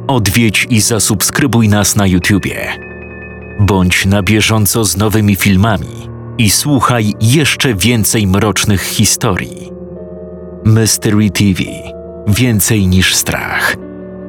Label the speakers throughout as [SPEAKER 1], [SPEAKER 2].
[SPEAKER 1] Odwiedź i zasubskrybuj nas na YouTubie. Bądź na bieżąco z nowymi filmami i słuchaj jeszcze więcej mrocznych historii. Mystery TV. Więcej niż strach.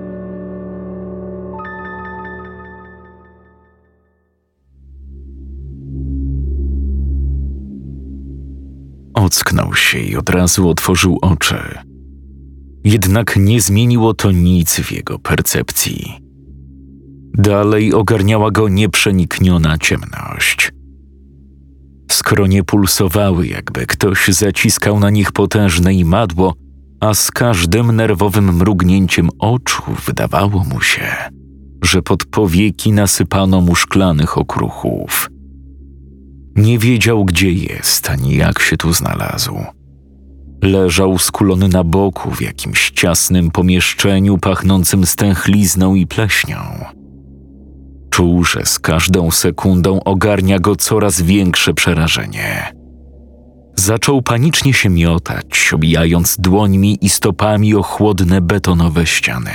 [SPEAKER 1] Ocknął się i od razu otworzył oczy. Jednak nie zmieniło to nic w jego percepcji. Dalej ogarniała go nieprzenikniona ciemność. Skronie pulsowały, jakby ktoś zaciskał na nich potężne imadło, a z każdym nerwowym mrugnięciem oczu wydawało mu się, że pod powieki nasypano mu szklanych okruchów. Nie wiedział, gdzie jest, ani jak się tu znalazł. Leżał skulony na boku w jakimś ciasnym pomieszczeniu pachnącym stęchlizną i pleśnią. Czuł, że z każdą sekundą ogarnia go coraz większe przerażenie. Zaczął panicznie się miotać, obijając dłońmi i stopami o chłodne betonowe ściany.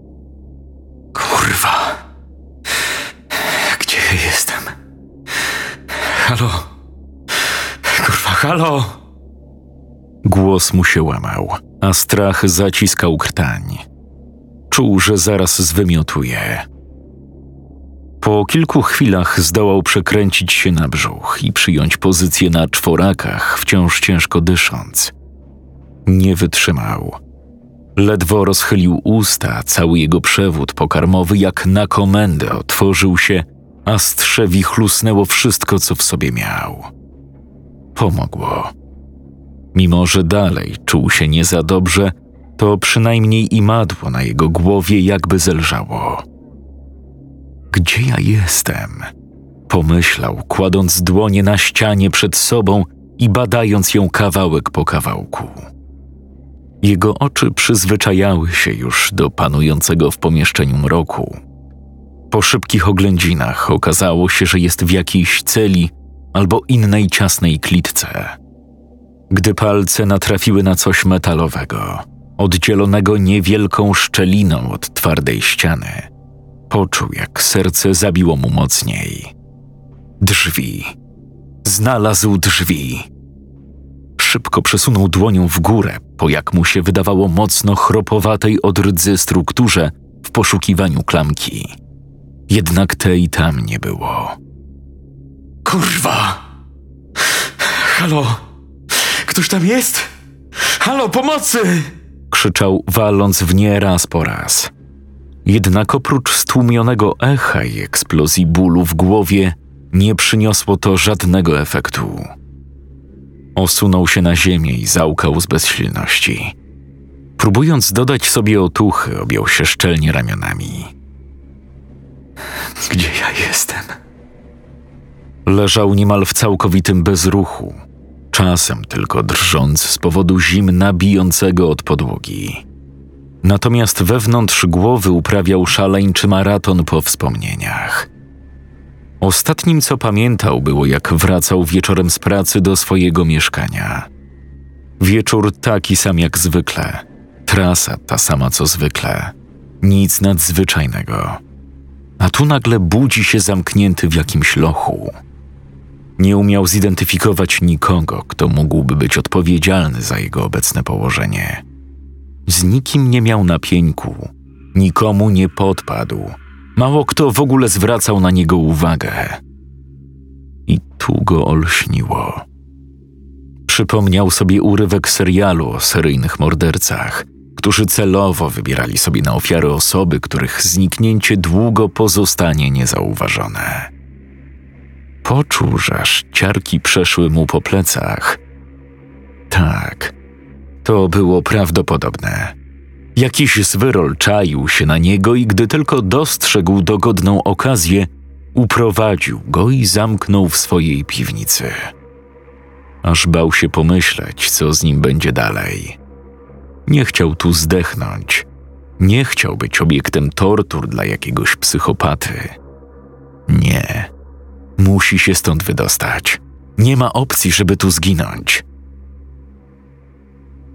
[SPEAKER 1] Kurwa! Gdzie jestem? Halo? Kurwa, halo! Głos mu się łamał, a strach zaciskał krtań. Czuł, że zaraz zwymiotuje. Po kilku chwilach zdołał przekręcić się na brzuch i przyjąć pozycję na czworakach, wciąż ciężko dysząc. Nie wytrzymał. Ledwo rozchylił usta, cały jego przewód pokarmowy jak na komendę otworzył się, a strzewi chlusnęło wszystko, co w sobie miał. Pomogło. Mimo że dalej czuł się nie za dobrze, to przynajmniej imadło na jego głowie jakby zelżało. Gdzie ja jestem? Pomyślał, kładąc dłonie na ścianie przed sobą i badając ją kawałek po kawałku. Jego oczy przyzwyczajały się już do panującego w pomieszczeniu mroku. Po szybkich oględzinach okazało się, że jest w jakiejś celi albo innej ciasnej klitce. Gdy palce natrafiły na coś metalowego, oddzielonego niewielką szczeliną od twardej ściany, poczuł, jak serce zabiło mu mocniej. Drzwi. Znalazł drzwi. Szybko przesunął dłonią w górę, po jak mu się wydawało mocno chropowatej od rdzy strukturze w poszukiwaniu klamki. Jednak tej tam nie było. Kurwa! Halo! Ktoś tam jest? Halo, pomocy! Krzyczał, waląc w nie raz po raz. Jednak oprócz stłumionego echa i eksplozji bólu w głowie nie przyniosło to żadnego efektu. Osunął się na ziemię i załkał z bezsilności. Próbując dodać sobie otuchy, objął się szczelnie ramionami. Gdzie ja jestem? Leżał niemal w całkowitym bezruchu, czasem tylko drżąc z powodu zimna bijącego od podłogi. Natomiast wewnątrz głowy uprawiał szaleńczy maraton po wspomnieniach. Ostatnim, co pamiętał, było, jak wracał wieczorem z pracy do swojego mieszkania. Wieczór taki sam jak zwykle, trasa ta sama co zwykle, nic nadzwyczajnego. A tu nagle budzi się zamknięty w jakimś lochu. Nie umiał zidentyfikować nikogo, kto mógłby być odpowiedzialny za jego obecne położenie. Z nikim nie miał napięku, nikomu nie podpadł, mało kto w ogóle zwracał na niego uwagę. I tu go olśniło. Przypomniał sobie urywek serialu o seryjnych mordercach, którzy celowo wybierali sobie na ofiary osoby, których zniknięcie długo pozostanie niezauważone. Poczuł, że aż ciarki przeszły mu po plecach. Tak, to było prawdopodobne. Jakiś zwyrol czaił się na niego i gdy tylko dostrzegł dogodną okazję, uprowadził go i zamknął w swojej piwnicy. Aż bał się pomyśleć, co z nim będzie dalej. Nie chciał tu zdechnąć. Nie chciał być obiektem tortur dla jakiegoś psychopaty. Nie. Musi się stąd wydostać. Nie ma opcji, żeby tu zginąć.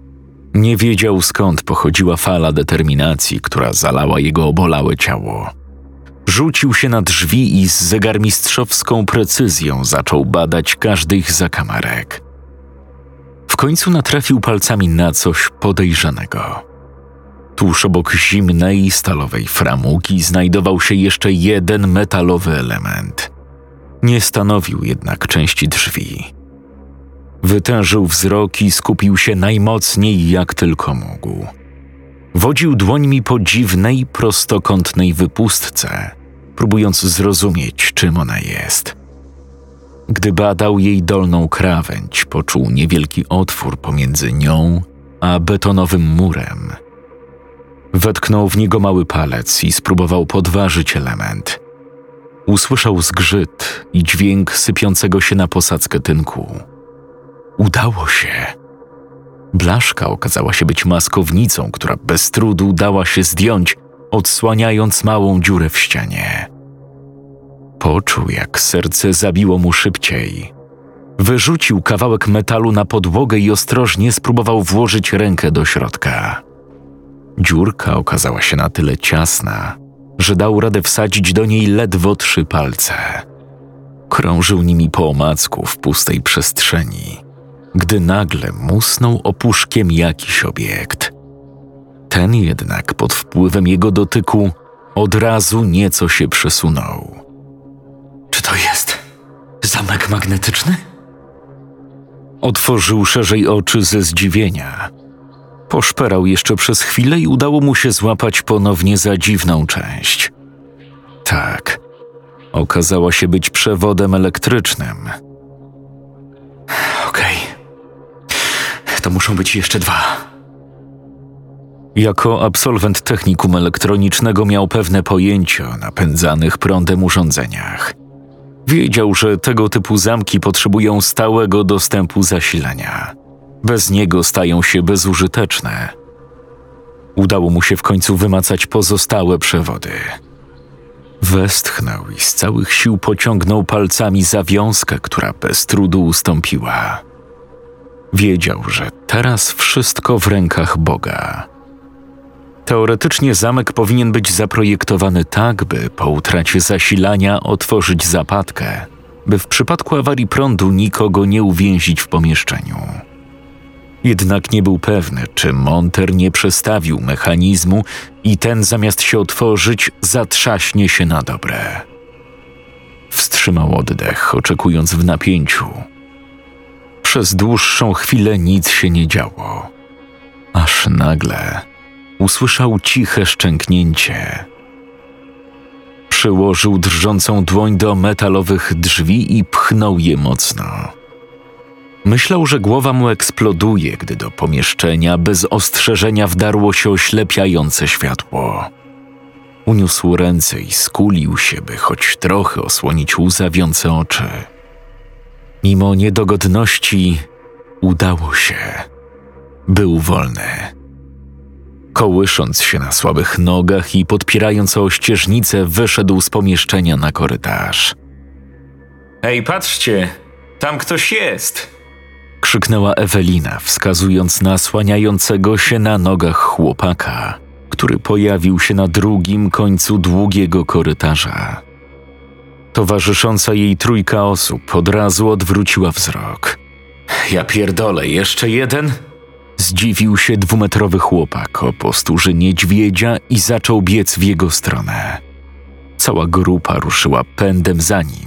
[SPEAKER 1] Nie wiedział, skąd pochodziła fala determinacji, która zalała jego obolałe ciało. Rzucił się na drzwi i z zegarmistrzowską precyzją zaczął badać każdy ich zakamarek. W końcu natrafił palcami na coś podejrzanego. Tuż obok zimnej, stalowej framugi znajdował się jeszcze jeden metalowy element. Nie stanowił jednak części drzwi. Wytężył wzrok i skupił się najmocniej jak tylko mógł. Wodził dłońmi po dziwnej, prostokątnej wypustce, próbując zrozumieć, czym ona jest. Gdy badał jej dolną krawędź, poczuł niewielki otwór pomiędzy nią a betonowym murem. Wetknął w niego mały palec i spróbował podważyć element. Usłyszał zgrzyt i dźwięk sypiącego się na posadzkę tynku. Udało się. Blaszka okazała się być maskownicą, która bez trudu dała się zdjąć, odsłaniając małą dziurę w ścianie. Poczuł, jak serce zabiło mu szybciej. Wyrzucił kawałek metalu na podłogę i ostrożnie spróbował włożyć rękę do środka. Dziurka okazała się na tyle ciasna, że dał radę wsadzić do niej ledwo 3 palce. Krążył nimi po omacku w pustej przestrzeni, gdy nagle musnął opuszkiem jakiś obiekt. Ten jednak pod wpływem jego dotyku od razu nieco się przesunął. Czy to jest zamek magnetyczny? Otworzył szerzej oczy ze zdziwienia. Poszperał jeszcze przez chwilę i udało mu się złapać ponownie za dziwną część. Tak, okazała się być przewodem elektrycznym. Okej. To muszą być jeszcze 2. Jako absolwent technikum elektronicznego miał pewne pojęcie o napędzanych prądem urządzeniach. Wiedział, że tego typu zamki potrzebują stałego dostępu zasilania. Bez niego stają się bezużyteczne. Udało mu się w końcu wymacać pozostałe przewody. Westchnął i z całych sił pociągnął palcami za wiązkę, która bez trudu ustąpiła. Wiedział, że teraz wszystko w rękach Boga. Teoretycznie zamek powinien być zaprojektowany tak, by po utracie zasilania otworzyć zapadkę, by w przypadku awarii prądu nikogo nie uwięzić w pomieszczeniu. Jednak nie był pewny, czy monter nie przestawił mechanizmu i ten zamiast się otworzyć, zatrzaśnie się na dobre. Wstrzymał oddech, oczekując w napięciu. Przez dłuższą chwilę nic się nie działo. Aż nagle usłyszał ciche szczęknięcie. Przyłożył drżącą dłoń do metalowych drzwi i pchnął je mocno. Myślał, że głowa mu eksploduje, gdy do pomieszczenia bez ostrzeżenia wdarło się oślepiające światło. Uniósł ręce i skulił się, by choć trochę osłonić łzawiące oczy. Mimo niedogodności udało się. Był wolny. Kołysząc się na słabych nogach i podpierając o ścieżnicę, wyszedł z pomieszczenia na korytarz. Ej, patrzcie, tam ktoś jest! Krzyknęła Ewelina, wskazując na słaniającego się na nogach chłopaka, który pojawił się na drugim końcu długiego korytarza. Towarzysząca jej 3 osób od razu odwróciła wzrok. Ja pierdolę, jeszcze jeden? Zdziwił się 2-metrowy chłopak o posturze niedźwiedzia i zaczął biec w jego stronę. Cała grupa ruszyła pędem za nim.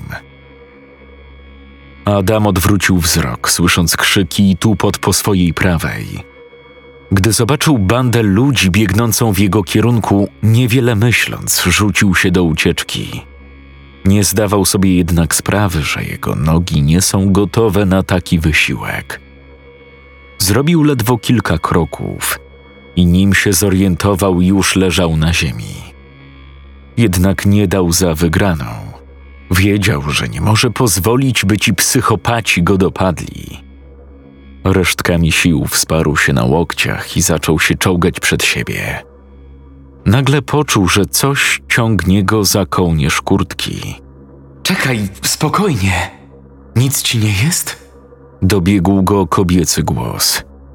[SPEAKER 1] Adam odwrócił wzrok, słysząc krzyki i tupot po swojej prawej. Gdy zobaczył bandę ludzi biegnącą w jego kierunku, niewiele myśląc, rzucił się do ucieczki. Nie zdawał sobie jednak sprawy, że jego nogi nie są gotowe na taki wysiłek. Zrobił ledwo kilka kroków i nim się zorientował, już leżał na ziemi. Jednak nie dał za wygraną. Wiedział, że nie może pozwolić, by ci psychopaci go dopadli. Resztkami sił wsparł się na łokciach i zaczął się czołgać przed siebie. Nagle poczuł, że coś ciągnie go za kołnierz kurtki. Czekaj, spokojnie. Nic ci nie jest? Dobiegł go kobiecy głos.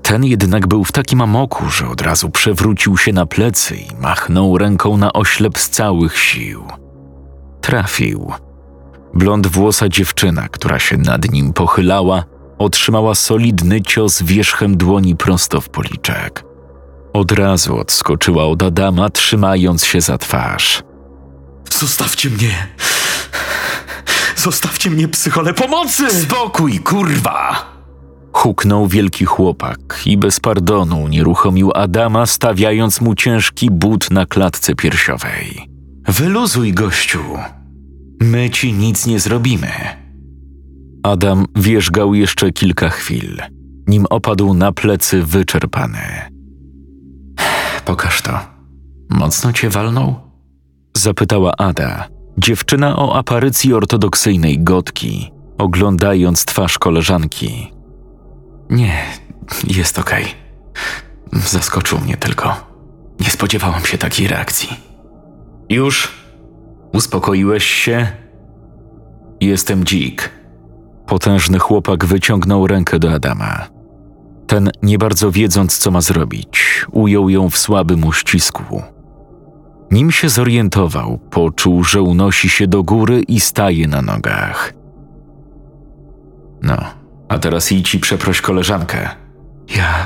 [SPEAKER 1] Ten jednak był w takim amoku, że od razu przewrócił się na plecy i machnął ręką na oślep z całych sił. Trafił. Blondwłosa dziewczyna, która się nad nim pochylała, otrzymała solidny cios wierzchem dłoni prosto w policzek. Od razu odskoczyła od Adama, trzymając się za twarz.
[SPEAKER 2] Zostawcie mnie! Zostawcie mnie, psychole, pomocy!
[SPEAKER 1] Spokój, kurwa! Huknął wielki chłopak i bez pardonu unieruchomił Adama, stawiając mu ciężki but na klatce piersiowej. Wyluzuj, gościu. My ci nic nie zrobimy. Adam wierzgał jeszcze kilka chwil, nim opadł na plecy wyczerpany. Pokaż to. Mocno cię walnął? Zapytała Ada, dziewczyna o aparycji ortodoksyjnej gotki, oglądając twarz koleżanki. Nie, jest okej. Zaskoczył mnie tylko. Nie spodziewałam się takiej reakcji. Już? Uspokoiłeś się? Jestem Dzik. Potężny chłopak wyciągnął rękę do Adama. Ten, nie bardzo wiedząc, co ma zrobić, ujął ją w słabym uścisku. Nim się zorientował, poczuł, że unosi się do góry i staje na nogach. No, a teraz idź i przeproś koleżankę. Ja...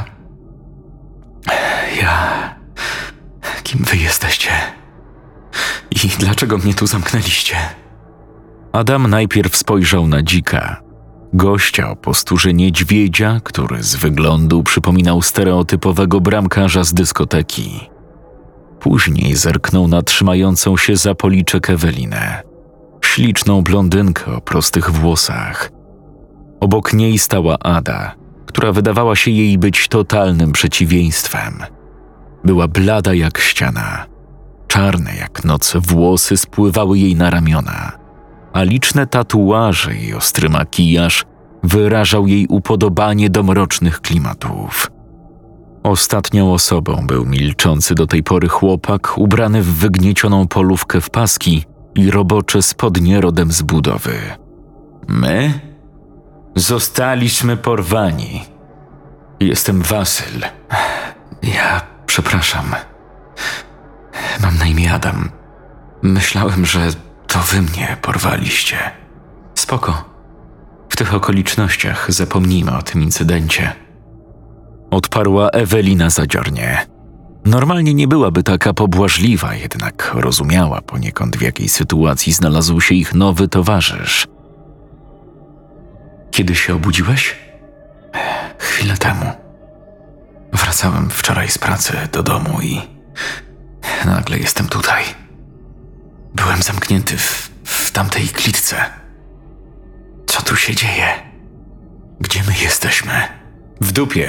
[SPEAKER 1] Kim wy jesteście? I dlaczego mnie tu zamknęliście? Adam najpierw spojrzał na Dzika, gościa o posturze niedźwiedzia, który z wyglądu przypominał stereotypowego bramkarza z dyskoteki. Później zerknął na trzymającą się za policzek Ewelinę, śliczną blondynkę o prostych włosach. Obok niej stała Ada, która wydawała się jej być totalnym przeciwieństwem. Była blada jak ściana. Czarne jak noc włosy spływały jej na ramiona, a liczne tatuaże i ostry makijaż wyrażał jej upodobanie do mrocznych klimatów. Ostatnią osobą był milczący do tej pory chłopak ubrany w wygniecioną polówkę w paski i robocze spodnie rodem z budowy. My? Zostaliśmy porwani. Jestem Wasyl. Przepraszam. Mam na imię Adam. Myślałem, że to wy mnie porwaliście. Spoko. W tych okolicznościach zapomnijmy o tym incydencie. Odparła Ewelina zadziornie. Normalnie nie byłaby taka pobłażliwa, jednak rozumiała poniekąd, w jakiej sytuacji znalazł się ich nowy towarzysz. Kiedy się obudziłeś? Chwilę temu. Wracałem wczoraj z pracy do domu i nagle jestem tutaj. Byłem zamknięty w tamtej klitce. Co tu się dzieje? Gdzie my jesteśmy? W dupie.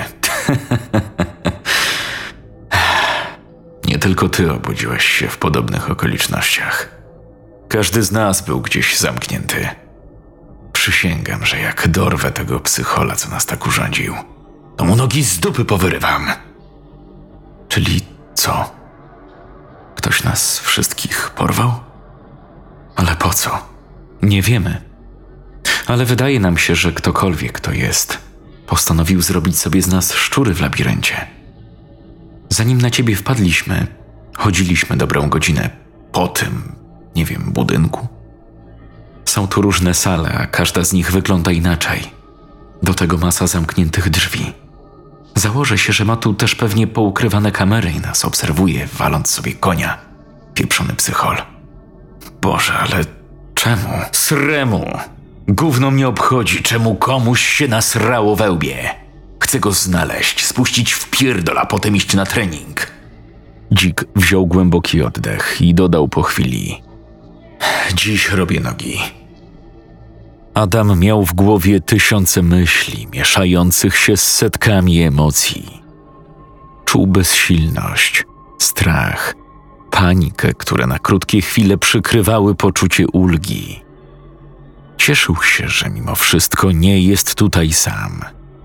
[SPEAKER 1] Nie tylko ty obudziłeś się w podobnych okolicznościach. Każdy z nas był gdzieś zamknięty. Przysięgam, że jak dorwę tego psychola, co nas tak urządził, to mu nogi z dupy powyrywam. Czyli co? Ktoś nas wszystkich porwał? Ale po co? Nie wiemy. Ale wydaje nam się, że ktokolwiek to jest, postanowił zrobić sobie z nas szczury w labiryncie. Zanim na ciebie wpadliśmy, chodziliśmy dobrą godzinę po tym, budynku. Są tu różne sale, a każda z nich wygląda inaczej. Do tego masa zamkniętych drzwi. Założę się, że ma tu też pewnie poukrywane kamery i nas obserwuje, waląc sobie konia. Pieprzony psychol. Boże, ale czemu? Sremu! Gówno mnie obchodzi, czemu komuś się nasrało we łbie. Chcę go znaleźć, spuścić w pierdol, a potem iść na trening. Dzik wziął głęboki oddech i dodał po chwili. Dziś robię nogi. Adam miał w głowie tysiące myśli, mieszających się z setkami emocji. Czuł bezsilność, strach, panikę, które na krótkie chwile przykrywały poczucie ulgi. Cieszył się, że mimo wszystko nie jest tutaj sam.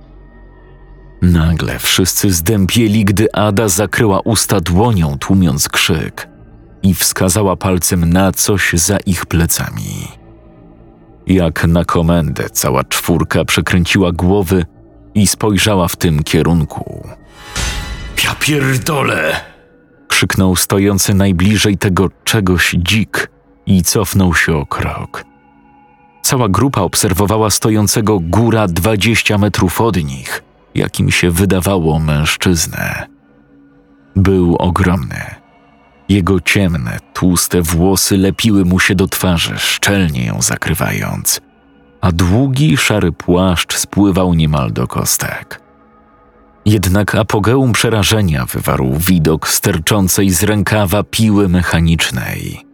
[SPEAKER 1] Nagle wszyscy zdębieli, gdy Ada zakryła usta dłonią, tłumiąc krzyk i wskazała palcem na coś za ich plecami. Jak na komendę cała czwórka przekręciła głowy i spojrzała w tym kierunku.
[SPEAKER 2] Ja pierdolę!
[SPEAKER 1] Krzyknął stojący najbliżej tego czegoś dzik i cofnął się o krok. Cała grupa obserwowała stojącego góra 20 metrów od nich, jakim się wydawało mężczyznę. Był ogromny. Jego ciemne, tłuste włosy lepiły mu się do twarzy, szczelnie ją zakrywając, a długi, szary płaszcz spływał niemal do kostek. Jednak apogeum przerażenia wywarł widok sterczącej z rękawa piły mechanicznej.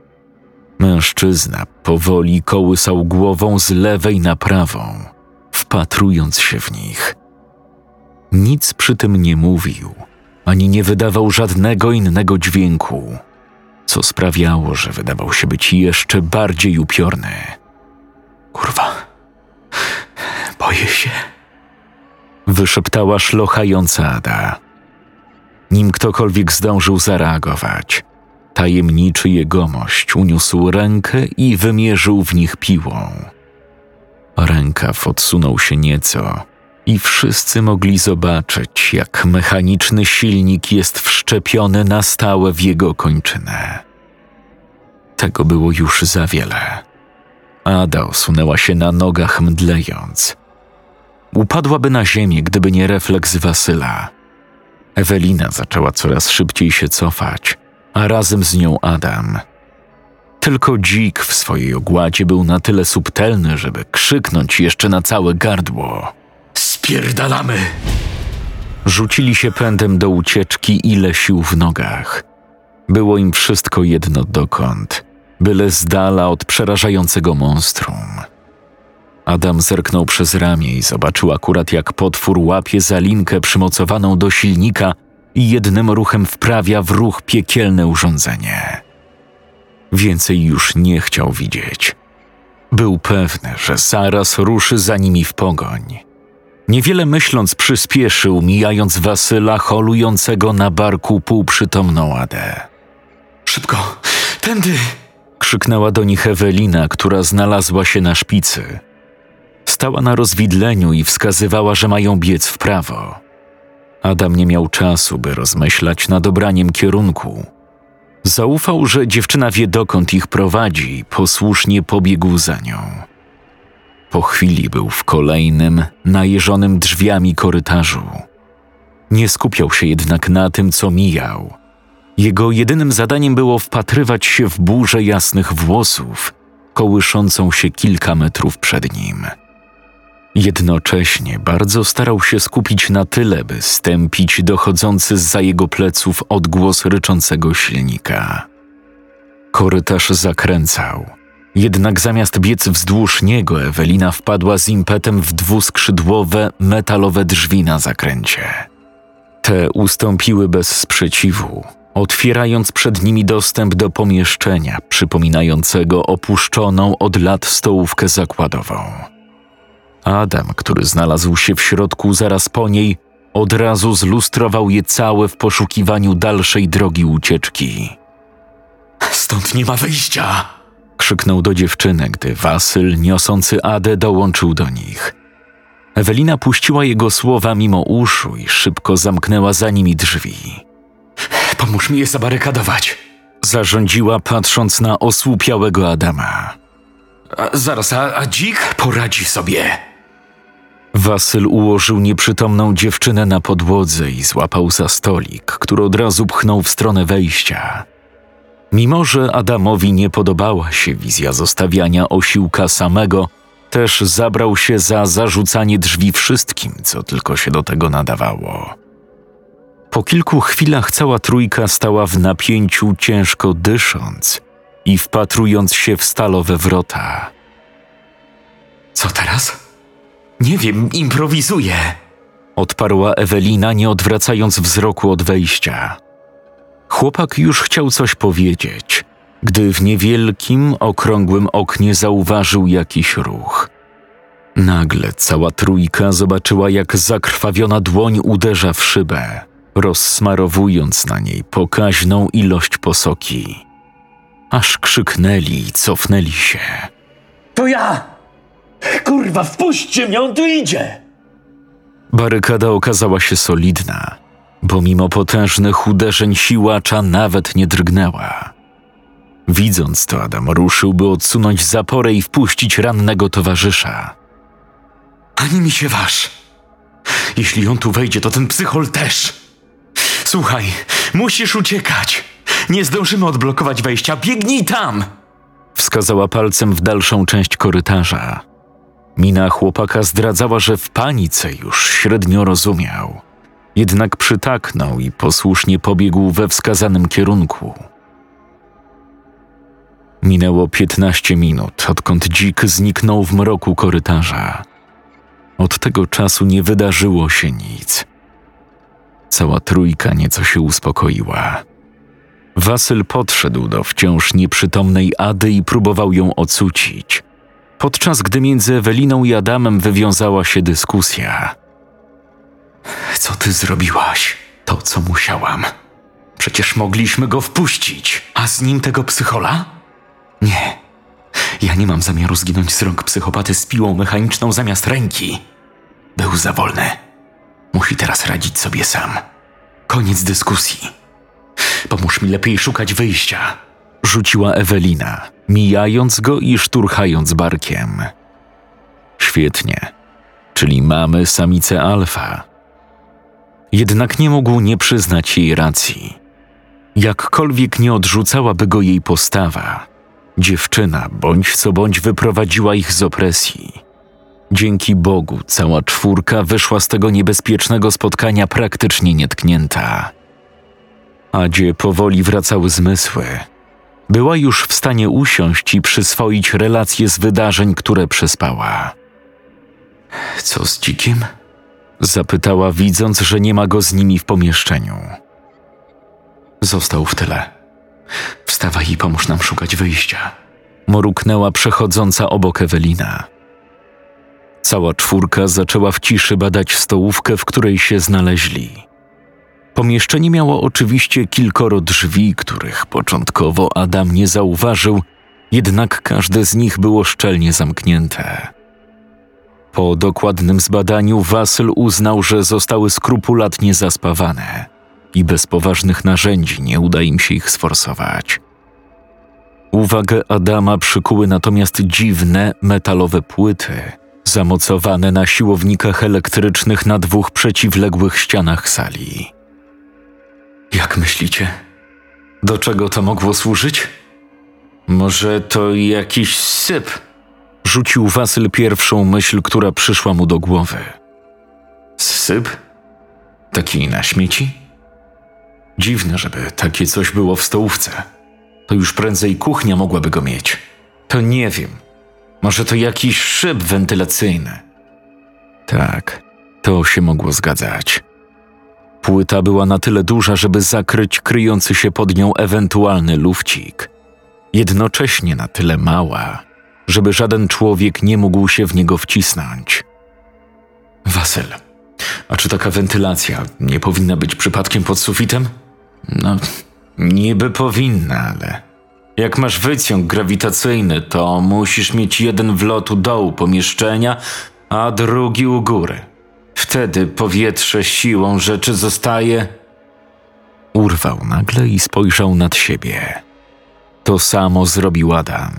[SPEAKER 1] Mężczyzna powoli kołysał głową z lewej na prawą, wpatrując się w nich. Nic przy tym nie mówił, ani nie wydawał żadnego innego dźwięku, co sprawiało, że wydawał się być jeszcze bardziej upiorny.
[SPEAKER 2] Kurwa, boję się.
[SPEAKER 1] Wyszeptała szlochająca Ada. Nim ktokolwiek zdążył zareagować, tajemniczy jegomość uniósł rękę i wymierzył w nich piłą. Rękaw odsunął się nieco i wszyscy mogli zobaczyć, jak mechaniczny silnik jest wszczepiony na stałe w jego kończynę. Tego było już za wiele. Ada osunęła się na nogach, mdlejąc. Upadłaby na ziemię, gdyby nie refleks Wasyla. Ewelina zaczęła coraz szybciej się cofać, a razem z nią Adam. Tylko dzik w swojej ogładzie był na tyle subtelny, żeby krzyknąć jeszcze na całe gardło.
[SPEAKER 2] Spierdalamy!
[SPEAKER 1] Rzucili się pędem do ucieczki, ile sił w nogach. Było im wszystko jedno dokąd, byle z dala od przerażającego monstrum. Adam zerknął przez ramię i zobaczył akurat, jak potwór łapie za linkę przymocowaną do silnika i jednym ruchem wprawia w ruch piekielne urządzenie. Więcej już nie chciał widzieć. Był pewny, że zaraz ruszy za nimi w pogoń. Niewiele myśląc przyspieszył, mijając Wasyla holującego na barku półprzytomną Adę.
[SPEAKER 2] Szybko, tędy!
[SPEAKER 1] Krzyknęła do nich Ewelina, która znalazła się na szpicy. Stała na rozwidleniu i wskazywała, że mają biec w prawo. Adam nie miał czasu, by rozmyślać nad dobraniem kierunku. Zaufał, że dziewczyna wie, dokąd ich prowadzi, i posłusznie pobiegł za nią. Po chwili był w kolejnym, najeżonym drzwiami korytarzu. Nie skupiał się jednak na tym, co mijał. Jego jedynym zadaniem było wpatrywać się w burzę jasnych włosów, kołyszącą się kilka metrów przed nim. Jednocześnie bardzo starał się skupić na tyle, by stępić dochodzący zza jego pleców odgłos ryczącego silnika. Korytarz zakręcał. Jednak zamiast biec wzdłuż niego, Ewelina wpadła z impetem w dwuskrzydłowe, metalowe drzwi na zakręcie. Te ustąpiły bez sprzeciwu, otwierając przed nimi dostęp do pomieszczenia przypominającego opuszczoną od lat stołówkę zakładową. Adam, który znalazł się w środku zaraz po niej, od razu zlustrował je całe w poszukiwaniu dalszej drogi ucieczki.
[SPEAKER 2] Stąd nie ma wyjścia!
[SPEAKER 1] Krzyknął do dziewczyny, gdy Wasyl, niosący Adę, dołączył do nich. Ewelina puściła jego słowa mimo uszu i szybko zamknęła za nimi drzwi.
[SPEAKER 2] Pomóż mi je zabarykadować!
[SPEAKER 1] Zarządziła, patrząc na osłupiałego Adama.
[SPEAKER 2] Zaraz, a dzik poradzi sobie!
[SPEAKER 1] Wasyl ułożył nieprzytomną dziewczynę na podłodze i złapał za stolik, który od razu pchnął w stronę wejścia. Mimo że Adamowi nie podobała się wizja zostawiania osiłka samego, też zabrał się za zarzucanie drzwi wszystkim, co tylko się do tego nadawało. Po kilku chwilach cała trójka stała w napięciu, ciężko dysząc i wpatrując się w stalowe wrota.
[SPEAKER 2] Co teraz? Nie wiem, improwizuję!
[SPEAKER 1] Odparła Ewelina, nie odwracając wzroku od wejścia. Chłopak już chciał coś powiedzieć, gdy w niewielkim, okrągłym oknie zauważył jakiś ruch. Nagle cała trójka zobaczyła, jak zakrwawiona dłoń uderza w szybę, rozsmarowując na niej pokaźną ilość posoki. Aż krzyknęli i cofnęli się.
[SPEAKER 2] To ja! Kurwa, wpuśćcie mnie, on tu idzie!
[SPEAKER 1] Barykada okazała się solidna, bo mimo potężnych uderzeń siłacza nawet nie drgnęła. Widząc to, Adam ruszył, by odsunąć zaporę i wpuścić rannego towarzysza.
[SPEAKER 2] Ani mi się waż. Jeśli on tu wejdzie, to ten psychol też. Słuchaj, musisz uciekać. Nie zdążymy odblokować wejścia. Biegnij tam!
[SPEAKER 1] Wskazała palcem w dalszą część korytarza. Mina chłopaka zdradzała, że w panice już średnio rozumiał. Jednak przytaknął i posłusznie pobiegł we wskazanym kierunku. Minęło 15 minut, odkąd dzik zniknął w mroku korytarza. Od tego czasu nie wydarzyło się nic. Cała trójka nieco się uspokoiła. Wasyl podszedł do wciąż nieprzytomnej Ady i próbował ją ocucić, podczas gdy między Eweliną i Adamem wywiązała się dyskusja.
[SPEAKER 2] Co ty zrobiłaś? To, co musiałam. Przecież mogliśmy go wpuścić. A z nim tego psychola? Nie. Ja nie mam zamiaru zginąć z rąk psychopaty z piłą mechaniczną zamiast ręki. Był za wolny. Musi teraz radzić sobie sam. Koniec dyskusji. Pomóż mi lepiej szukać wyjścia.
[SPEAKER 1] Rzuciła Ewelina, mijając go i szturchając barkiem. Świetnie, czyli mamy samicę alfa. Jednak nie mógł nie przyznać jej racji. Jakkolwiek nie odrzucałaby go jej postawa, dziewczyna bądź co bądź wyprowadziła ich z opresji. Dzięki Bogu cała czwórka wyszła z tego niebezpiecznego spotkania praktycznie nietknięta. Adzie powoli wracały zmysły. Była już w stanie usiąść i przyswoić relacje z wydarzeń, które przespała.
[SPEAKER 2] Co z dzikim?
[SPEAKER 1] Zapytała, widząc, że nie ma go z nimi w pomieszczeniu.
[SPEAKER 2] Został w tyle. Wstawaj i pomóż nam szukać wyjścia.
[SPEAKER 1] Mruknęła przechodząca obok Ewelina. Cała czwórka zaczęła w ciszy badać stołówkę, w której się znaleźli. Pomieszczenie miało oczywiście kilkoro drzwi, których początkowo Adam nie zauważył, jednak każde z nich było szczelnie zamknięte. Po dokładnym zbadaniu Wasyl uznał, że zostały skrupulatnie zaspawane i bez poważnych narzędzi nie uda im się ich sforsować. Uwagę Adama przykuły natomiast dziwne, metalowe płyty, zamocowane na siłownikach elektrycznych na 2 przeciwległych ścianach sali.
[SPEAKER 2] Jak myślicie? Do czego to mogło służyć? Może to jakiś syp?
[SPEAKER 1] Rzucił Wasyl pierwszą myśl, która przyszła mu do głowy.
[SPEAKER 2] Syp? Taki na śmieci? Dziwne, żeby takie coś było w stołówce. To już prędzej kuchnia mogłaby go mieć. To nie wiem. Może to jakiś szyb wentylacyjny.
[SPEAKER 1] Tak, to się mogło zgadzać. Płyta była na tyle duża, żeby zakryć kryjący się pod nią ewentualny lufcik. Jednocześnie na tyle mała, żeby żaden człowiek nie mógł się w niego wcisnąć.
[SPEAKER 2] Wasyl, a czy taka wentylacja nie powinna być przypadkiem pod sufitem? No, niby powinna, ale jak masz wyciąg grawitacyjny, to musisz mieć jeden wlot u dołu pomieszczenia, a drugi u góry. Wtedy powietrze siłą rzeczy zostaje...
[SPEAKER 1] Urwał nagle i spojrzał nad siebie. To samo zrobił Adam.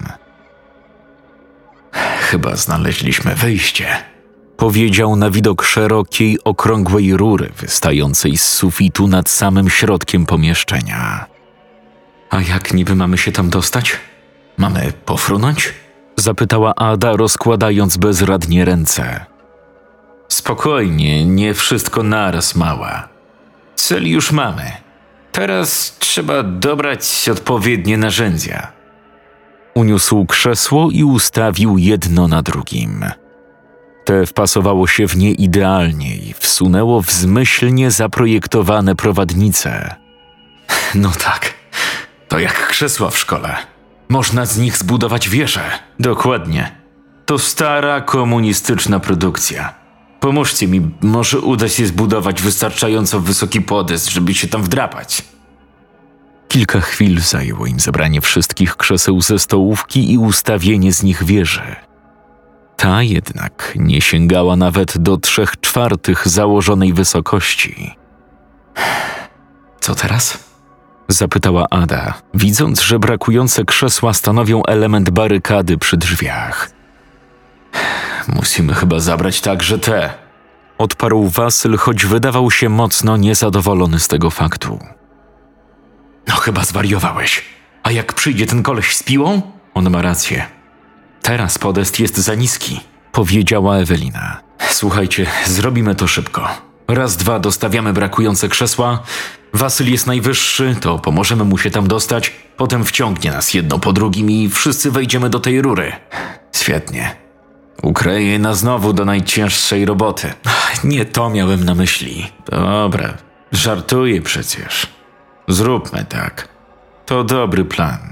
[SPEAKER 2] Chyba znaleźliśmy wyjście.
[SPEAKER 1] Powiedział na widok szerokiej, okrągłej rury wystającej z sufitu nad samym środkiem pomieszczenia.
[SPEAKER 2] A jak niby mamy się tam dostać? Mamy pofrunąć?
[SPEAKER 1] Zapytała Ada, rozkładając bezradnie ręce.
[SPEAKER 2] Spokojnie, nie wszystko naraz, mała. Cel już mamy. Teraz trzeba dobrać odpowiednie narzędzia.
[SPEAKER 1] Uniósł krzesło i ustawił jedno na drugim. Te wpasowało się w nie idealnie i wsunęło w zmyślnie zaprojektowane prowadnice.
[SPEAKER 2] No tak, to jak krzesła w szkole. Można z nich zbudować wieżę. Dokładnie. To stara komunistyczna produkcja. Pomóżcie mi, może uda się zbudować wystarczająco wysoki podest, żeby się tam wdrapać.
[SPEAKER 1] Kilka chwil zajęło im zebranie wszystkich krzeseł ze stołówki i ustawienie z nich wieży. Ta jednak nie sięgała nawet do 3/4 założonej wysokości.
[SPEAKER 2] Co teraz?
[SPEAKER 1] Zapytała Ada, widząc, że brakujące krzesła stanowią element barykady przy drzwiach.
[SPEAKER 2] Musimy chyba zabrać także te.
[SPEAKER 1] Odparł Wasyl, choć wydawał się mocno niezadowolony z tego faktu.
[SPEAKER 2] No chyba zwariowałeś. A jak przyjdzie ten koleś z piłą?
[SPEAKER 1] On ma rację.
[SPEAKER 2] Teraz podest jest za niski.
[SPEAKER 1] Powiedziała Ewelina.
[SPEAKER 2] Słuchajcie, zrobimy to szybko. Raz, dwa, dostawiamy brakujące krzesła. Wasyl jest najwyższy, to pomożemy mu się tam dostać. Potem wciągnie nas jedno po drugim i wszyscy wejdziemy do tej rury.
[SPEAKER 1] Świetnie.
[SPEAKER 2] Ukryje nas znowu do najcięższej roboty.
[SPEAKER 1] Nie to miałem na myśli.
[SPEAKER 2] Dobra, żartuję przecież. Zróbmy tak. To dobry plan.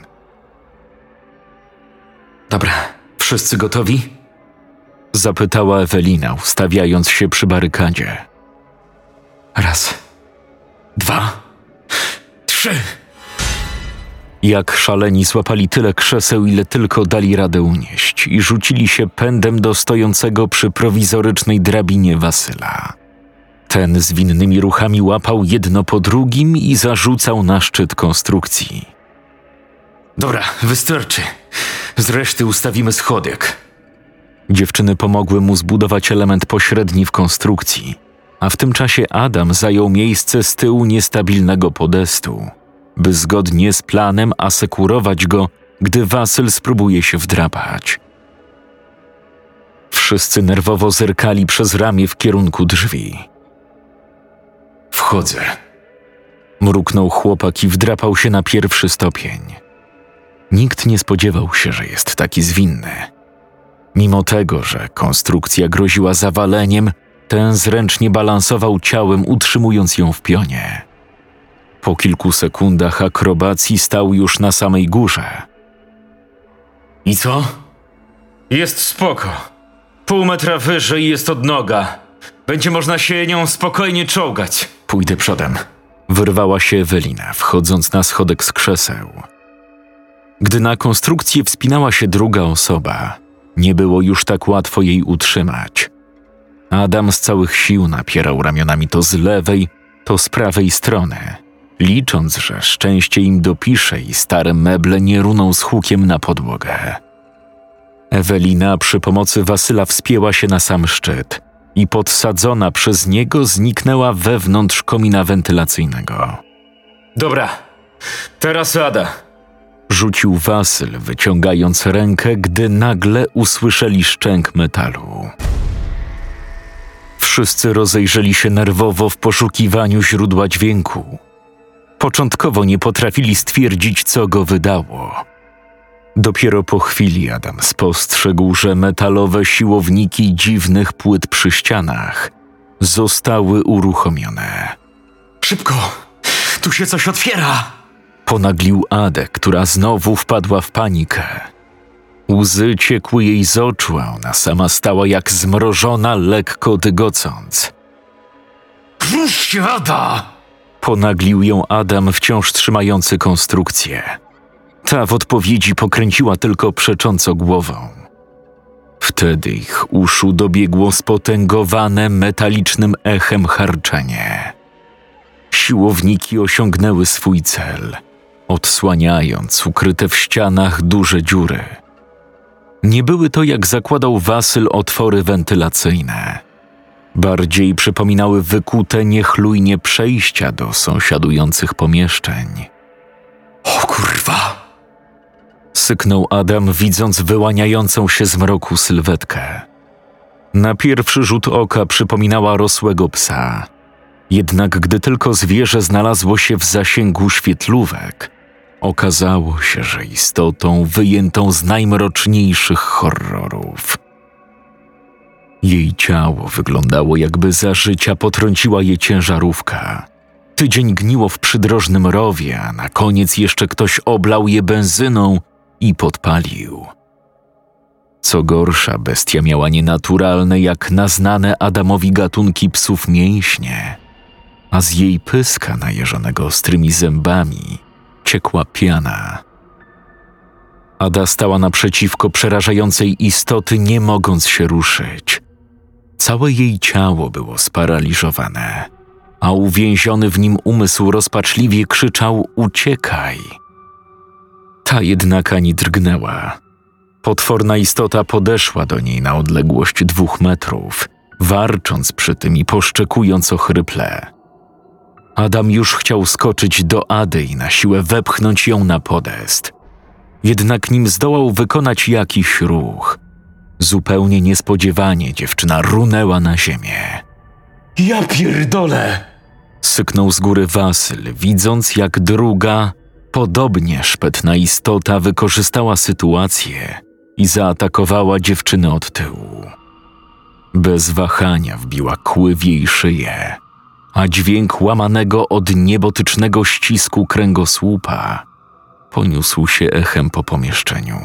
[SPEAKER 1] Dobra, wszyscy gotowi? Zapytała Ewelina, ustawiając się przy barykadzie.
[SPEAKER 2] 1, 2, 3.
[SPEAKER 1] Jak szaleni złapali tyle krzeseł, ile tylko dali radę unieść i rzucili się pędem do stojącego przy prowizorycznej drabinie Wasyla. Ten zwinnymi ruchami łapał jedno po drugim i zarzucał na szczyt konstrukcji.
[SPEAKER 2] Dobra, wystarczy. Z reszty ustawimy schodek.
[SPEAKER 1] Dziewczyny pomogły mu zbudować element pośredni w konstrukcji, a w tym czasie Adam zajął miejsce z tyłu niestabilnego podestu, by zgodnie z planem asekurować go, gdy Wasyl spróbuje się wdrapać. Wszyscy nerwowo zerkali przez ramię w kierunku drzwi.
[SPEAKER 2] Wchodzę.
[SPEAKER 1] Mruknął chłopak i wdrapał się na 1. stopień. Nikt nie spodziewał się, że jest taki zwinny. Mimo tego, że konstrukcja groziła zawaleniem, ten zręcznie balansował ciałem, utrzymując ją w pionie. Po kilku sekundach akrobacji stał już na samej górze.
[SPEAKER 2] I co? Jest spoko. 0,5 metra wyżej jest odnoga. Będzie można się nią spokojnie czołgać.
[SPEAKER 1] Pójdę przodem. Wyrwała się Ewelina, wchodząc na schodek z krzeseł. Gdy na konstrukcję wspinała się druga osoba, nie było już tak łatwo jej utrzymać. Adam z całych sił napierał ramionami to z lewej, to z prawej strony, licząc, że szczęście im dopisze i stare meble nie runą z hukiem na podłogę. Ewelina przy pomocy Wasyla wspięła się na sam szczyt i podsadzona przez niego zniknęła wewnątrz komina wentylacyjnego.
[SPEAKER 2] Dobra, teraz Ada.
[SPEAKER 1] Rzucił Wasyl, wyciągając rękę, gdy nagle usłyszeli szczęk metalu. Wszyscy rozejrzeli się nerwowo w poszukiwaniu źródła dźwięku. Początkowo nie potrafili stwierdzić, co go wydało. Dopiero po chwili Adam spostrzegł, że metalowe siłowniki dziwnych płyt przy ścianach zostały uruchomione.
[SPEAKER 2] Szybko! Tu się coś otwiera!
[SPEAKER 1] Ponaglił Adę, która znowu wpadła w panikę. Łzy ciekły jej z oczu, a ona sama stała jak zmrożona, lekko dygocąc.
[SPEAKER 2] Rusz się, Ada!
[SPEAKER 1] Ponaglił ją Adam, wciąż trzymający konstrukcję. Ta w odpowiedzi pokręciła tylko przecząco głową. Wtedy ich uszu dobiegło spotęgowane metalicznym echem harczenie. Siłowniki osiągnęły swój cel, odsłaniając ukryte w ścianach duże dziury. Nie były to, jak zakładał Wasyl, otwory wentylacyjne. Bardziej przypominały wykute niechlujnie przejścia do sąsiadujących pomieszczeń.
[SPEAKER 2] O kurwa!
[SPEAKER 1] Syknął Adam, widząc wyłaniającą się z mroku sylwetkę. Na pierwszy rzut oka przypominała rosłego psa. Jednak gdy tylko zwierzę znalazło się w zasięgu świetlówek, okazało się, że istotą wyjętą z najmroczniejszych horrorów. Jej ciało wyglądało, jakby za życia potrąciła je ciężarówka. Tydzień gniło w przydrożnym rowie, a na koniec jeszcze ktoś oblał je benzyną i podpalił. Co gorsza, bestia miała nienaturalne, jak na znane Adamowi gatunki psów mięśnie, a z jej pyska najeżonego ostrymi zębami ciekła piana. Ada stała naprzeciwko przerażającej istoty, nie mogąc się ruszyć. Całe jej ciało było sparaliżowane, a uwięziony w nim umysł rozpaczliwie krzyczał: uciekaj! Ta jednak ani drgnęła. Potworna istota podeszła do niej na odległość 2 metrów, warcząc przy tym i poszczekując ochryple. Adam już chciał skoczyć do Ady i na siłę wepchnąć ją na podest. Jednak nim zdołał wykonać jakiś ruch, zupełnie niespodziewanie dziewczyna runęła na ziemię.
[SPEAKER 2] Ja pierdolę!
[SPEAKER 1] Syknął z góry Wasyl, widząc jak druga, podobnie szpetna istota wykorzystała sytuację i zaatakowała dziewczynę od tyłu. Bez wahania wbiła kły w jej szyję, a dźwięk łamanego od niebotycznego ścisku kręgosłupa poniósł się echem po pomieszczeniu.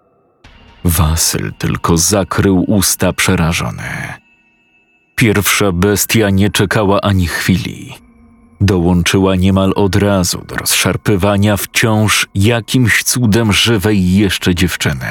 [SPEAKER 1] Wasyl tylko zakrył usta przerażony. Pierwsza bestia nie czekała ani chwili. Dołączyła niemal od razu do rozszarpywania wciąż jakimś cudem żywej jeszcze dziewczyny.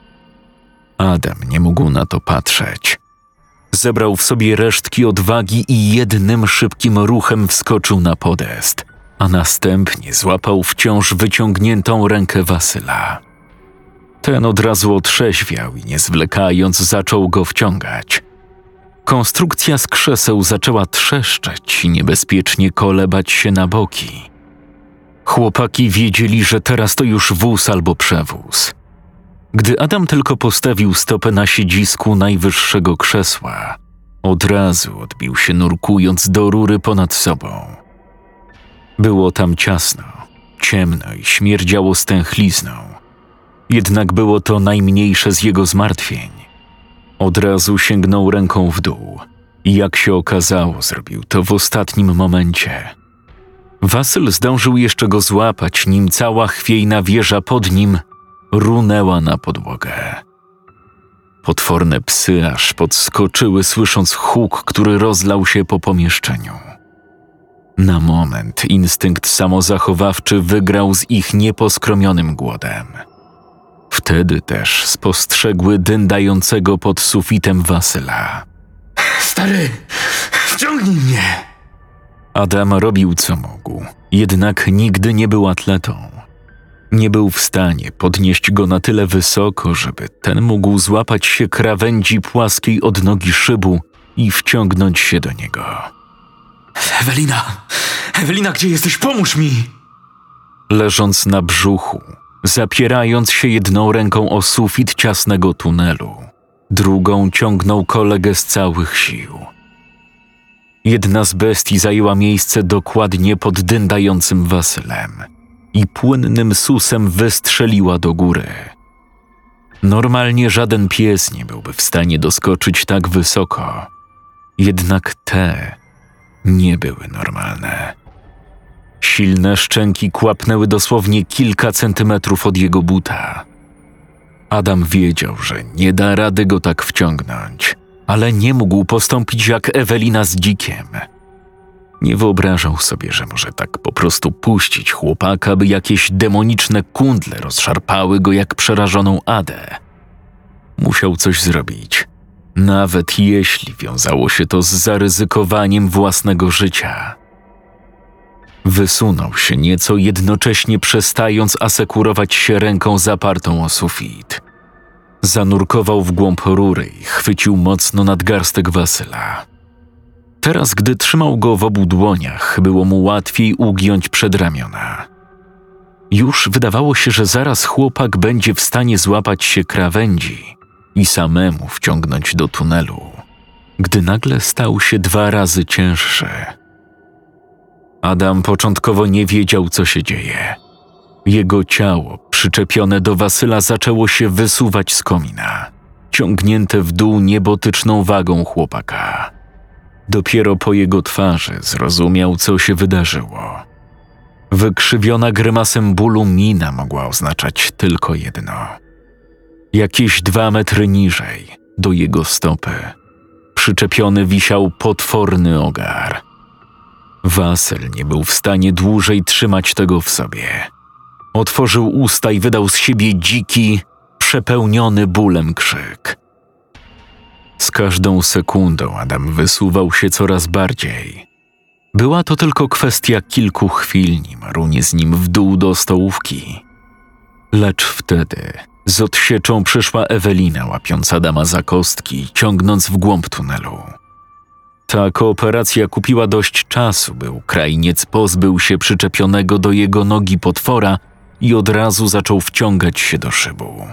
[SPEAKER 1] Adam nie mógł na to patrzeć. Zebrał w sobie resztki odwagi i jednym szybkim ruchem wskoczył na podest, a następnie złapał wciąż wyciągniętą rękę Wasyla. Ten od razu otrzeźwiał i nie zwlekając zaczął go wciągać. Konstrukcja z krzeseł zaczęła trzeszczeć i niebezpiecznie kolebać się na boki. Chłopaki wiedzieli, że teraz to już wóz albo przewóz. Gdy Adam tylko postawił stopę na siedzisku najwyższego krzesła, od razu odbił się nurkując do rury ponad sobą. Było tam ciasno, ciemno i śmierdziało stęchlizną. Jednak było to najmniejsze z jego zmartwień. Od razu sięgnął ręką w dół i jak się okazało, zrobił to w ostatnim momencie. Wasyl zdążył jeszcze go złapać, nim cała chwiejna wieża pod nim runęła na podłogę. Potworne psy aż podskoczyły, słysząc huk, który rozlał się po pomieszczeniu. Na moment instynkt samozachowawczy wygrał z ich nieposkromionym głodem. Wtedy też spostrzegły dyndającego pod sufitem Wasyla.
[SPEAKER 2] Stary, wciągnij mnie!
[SPEAKER 1] Adam robił co mógł, jednak nigdy nie był atletą. Nie był w stanie podnieść go na tyle wysoko, żeby ten mógł złapać się krawędzi płaskiej odnogi szybu i wciągnąć się do niego.
[SPEAKER 2] Ewelina, gdzie jesteś? Pomóż mi!
[SPEAKER 1] Leżąc na brzuchu, zapierając się jedną ręką o sufit ciasnego tunelu, drugą ciągnął kolegę z całych sił. Jedna z bestii zajęła miejsce dokładnie pod dyndającym Wasylem i płynnym susem wystrzeliła do góry. Normalnie żaden pies nie byłby w stanie doskoczyć tak wysoko, jednak te nie były normalne. Silne szczęki kłapnęły dosłownie kilka centymetrów od jego buta. Adam wiedział, że nie da rady go tak wciągnąć, ale nie mógł postąpić jak Ewelina z dzikiem. Nie wyobrażał sobie, że może tak po prostu puścić chłopaka, by jakieś demoniczne kundle rozszarpały go jak przerażoną Adę. Musiał coś zrobić, nawet jeśli wiązało się to z zaryzykowaniem własnego życia. Wysunął się nieco, jednocześnie przestając asekurować się ręką zapartą o sufit. Zanurkował w głąb rury i chwycił mocno nadgarstek Wasyla. Teraz, gdy trzymał go w obu dłoniach, było mu łatwiej ugiąć przedramiona. Już wydawało się, że zaraz chłopak będzie w stanie złapać się krawędzi i samemu wciągnąć do tunelu, gdy nagle stał się 2 razy cięższy. Adam początkowo nie wiedział, co się dzieje. Jego ciało, przyczepione do Wasyla, zaczęło się wysuwać z komina, ciągnięte w dół niebotyczną wagą chłopaka. Dopiero po jego twarzy zrozumiał, co się wydarzyło. Wykrzywiona grymasem bólu mina mogła oznaczać tylko jedno. Jakieś 2 metry niżej, do jego stopy, przyczepiony wisiał potworny ogar. Wasyl nie był w stanie dłużej trzymać tego w sobie. Otworzył usta i wydał z siebie dziki, przepełniony bólem krzyk. Z każdą sekundą Adam wysuwał się coraz bardziej. Była to tylko kwestia kilku chwil, nim runie z nim w dół do stołówki. Lecz wtedy z odsieczą przyszła Ewelina, łapiąc Adama za kostki, ciągnąc w głąb tunelu. Ta kooperacja kupiła dość czasu, by Ukrainiec pozbył się przyczepionego do jego nogi potwora i od razu zaczął wciągać się do szybu.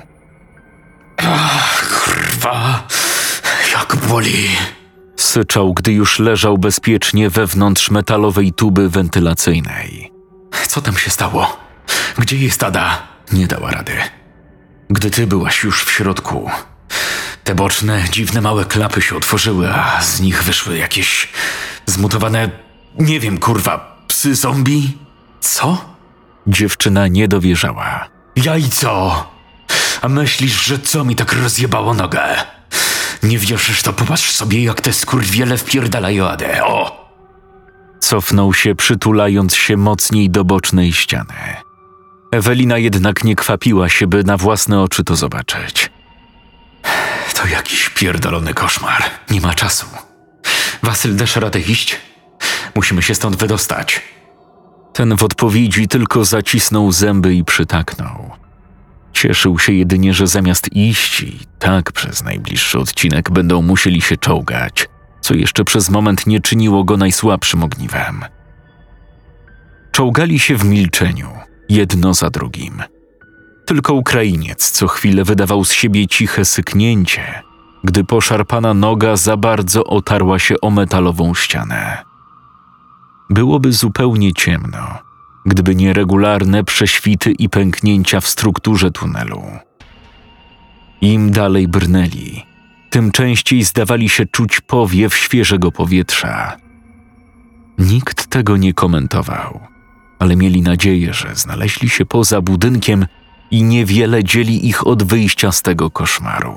[SPEAKER 2] Kurwa, jak boli.
[SPEAKER 1] Syczał, gdy już leżał bezpiecznie wewnątrz metalowej tuby wentylacyjnej.
[SPEAKER 2] Co tam się stało? Gdzie jest Ada? Nie dała rady. Gdy ty byłaś już w środku, te boczne, dziwne małe klapy się otworzyły, a z nich wyszły jakieś zmutowane, nie wiem, kurwa, psy zombie? Co?
[SPEAKER 1] Dziewczyna nie dowierzała.
[SPEAKER 2] Jajco! A myślisz, że co mi tak rozjebało nogę? Nie wierzysz, to popatrz sobie, jak te skurwiele wpierdalają Adę, o!
[SPEAKER 1] Cofnął się, przytulając się mocniej do bocznej ściany. Ewelina jednak nie kwapiła się, by na własne oczy to zobaczyć.
[SPEAKER 2] To jakiś pierdolony koszmar. Nie ma czasu. Wasyl, dasz radę iść? Musimy się stąd wydostać.
[SPEAKER 1] Ten w odpowiedzi tylko zacisnął zęby i przytaknął. Cieszył się jedynie, że zamiast iść i tak przez najbliższy odcinek będą musieli się czołgać, co jeszcze przez moment nie czyniło go najsłabszym ogniwem. Czołgali się w milczeniu, jedno za drugim. Tylko Ukrainiec co chwilę wydawał z siebie ciche syknięcie, gdy poszarpana noga za bardzo otarła się o metalową ścianę. Byłoby zupełnie ciemno, gdyby nie regularne prześwity i pęknięcia w strukturze tunelu. Im dalej brnęli, tym częściej zdawali się czuć powiew świeżego powietrza. Nikt tego nie komentował, ale mieli nadzieję, że znaleźli się poza budynkiem i niewiele dzieli ich od wyjścia z tego koszmaru.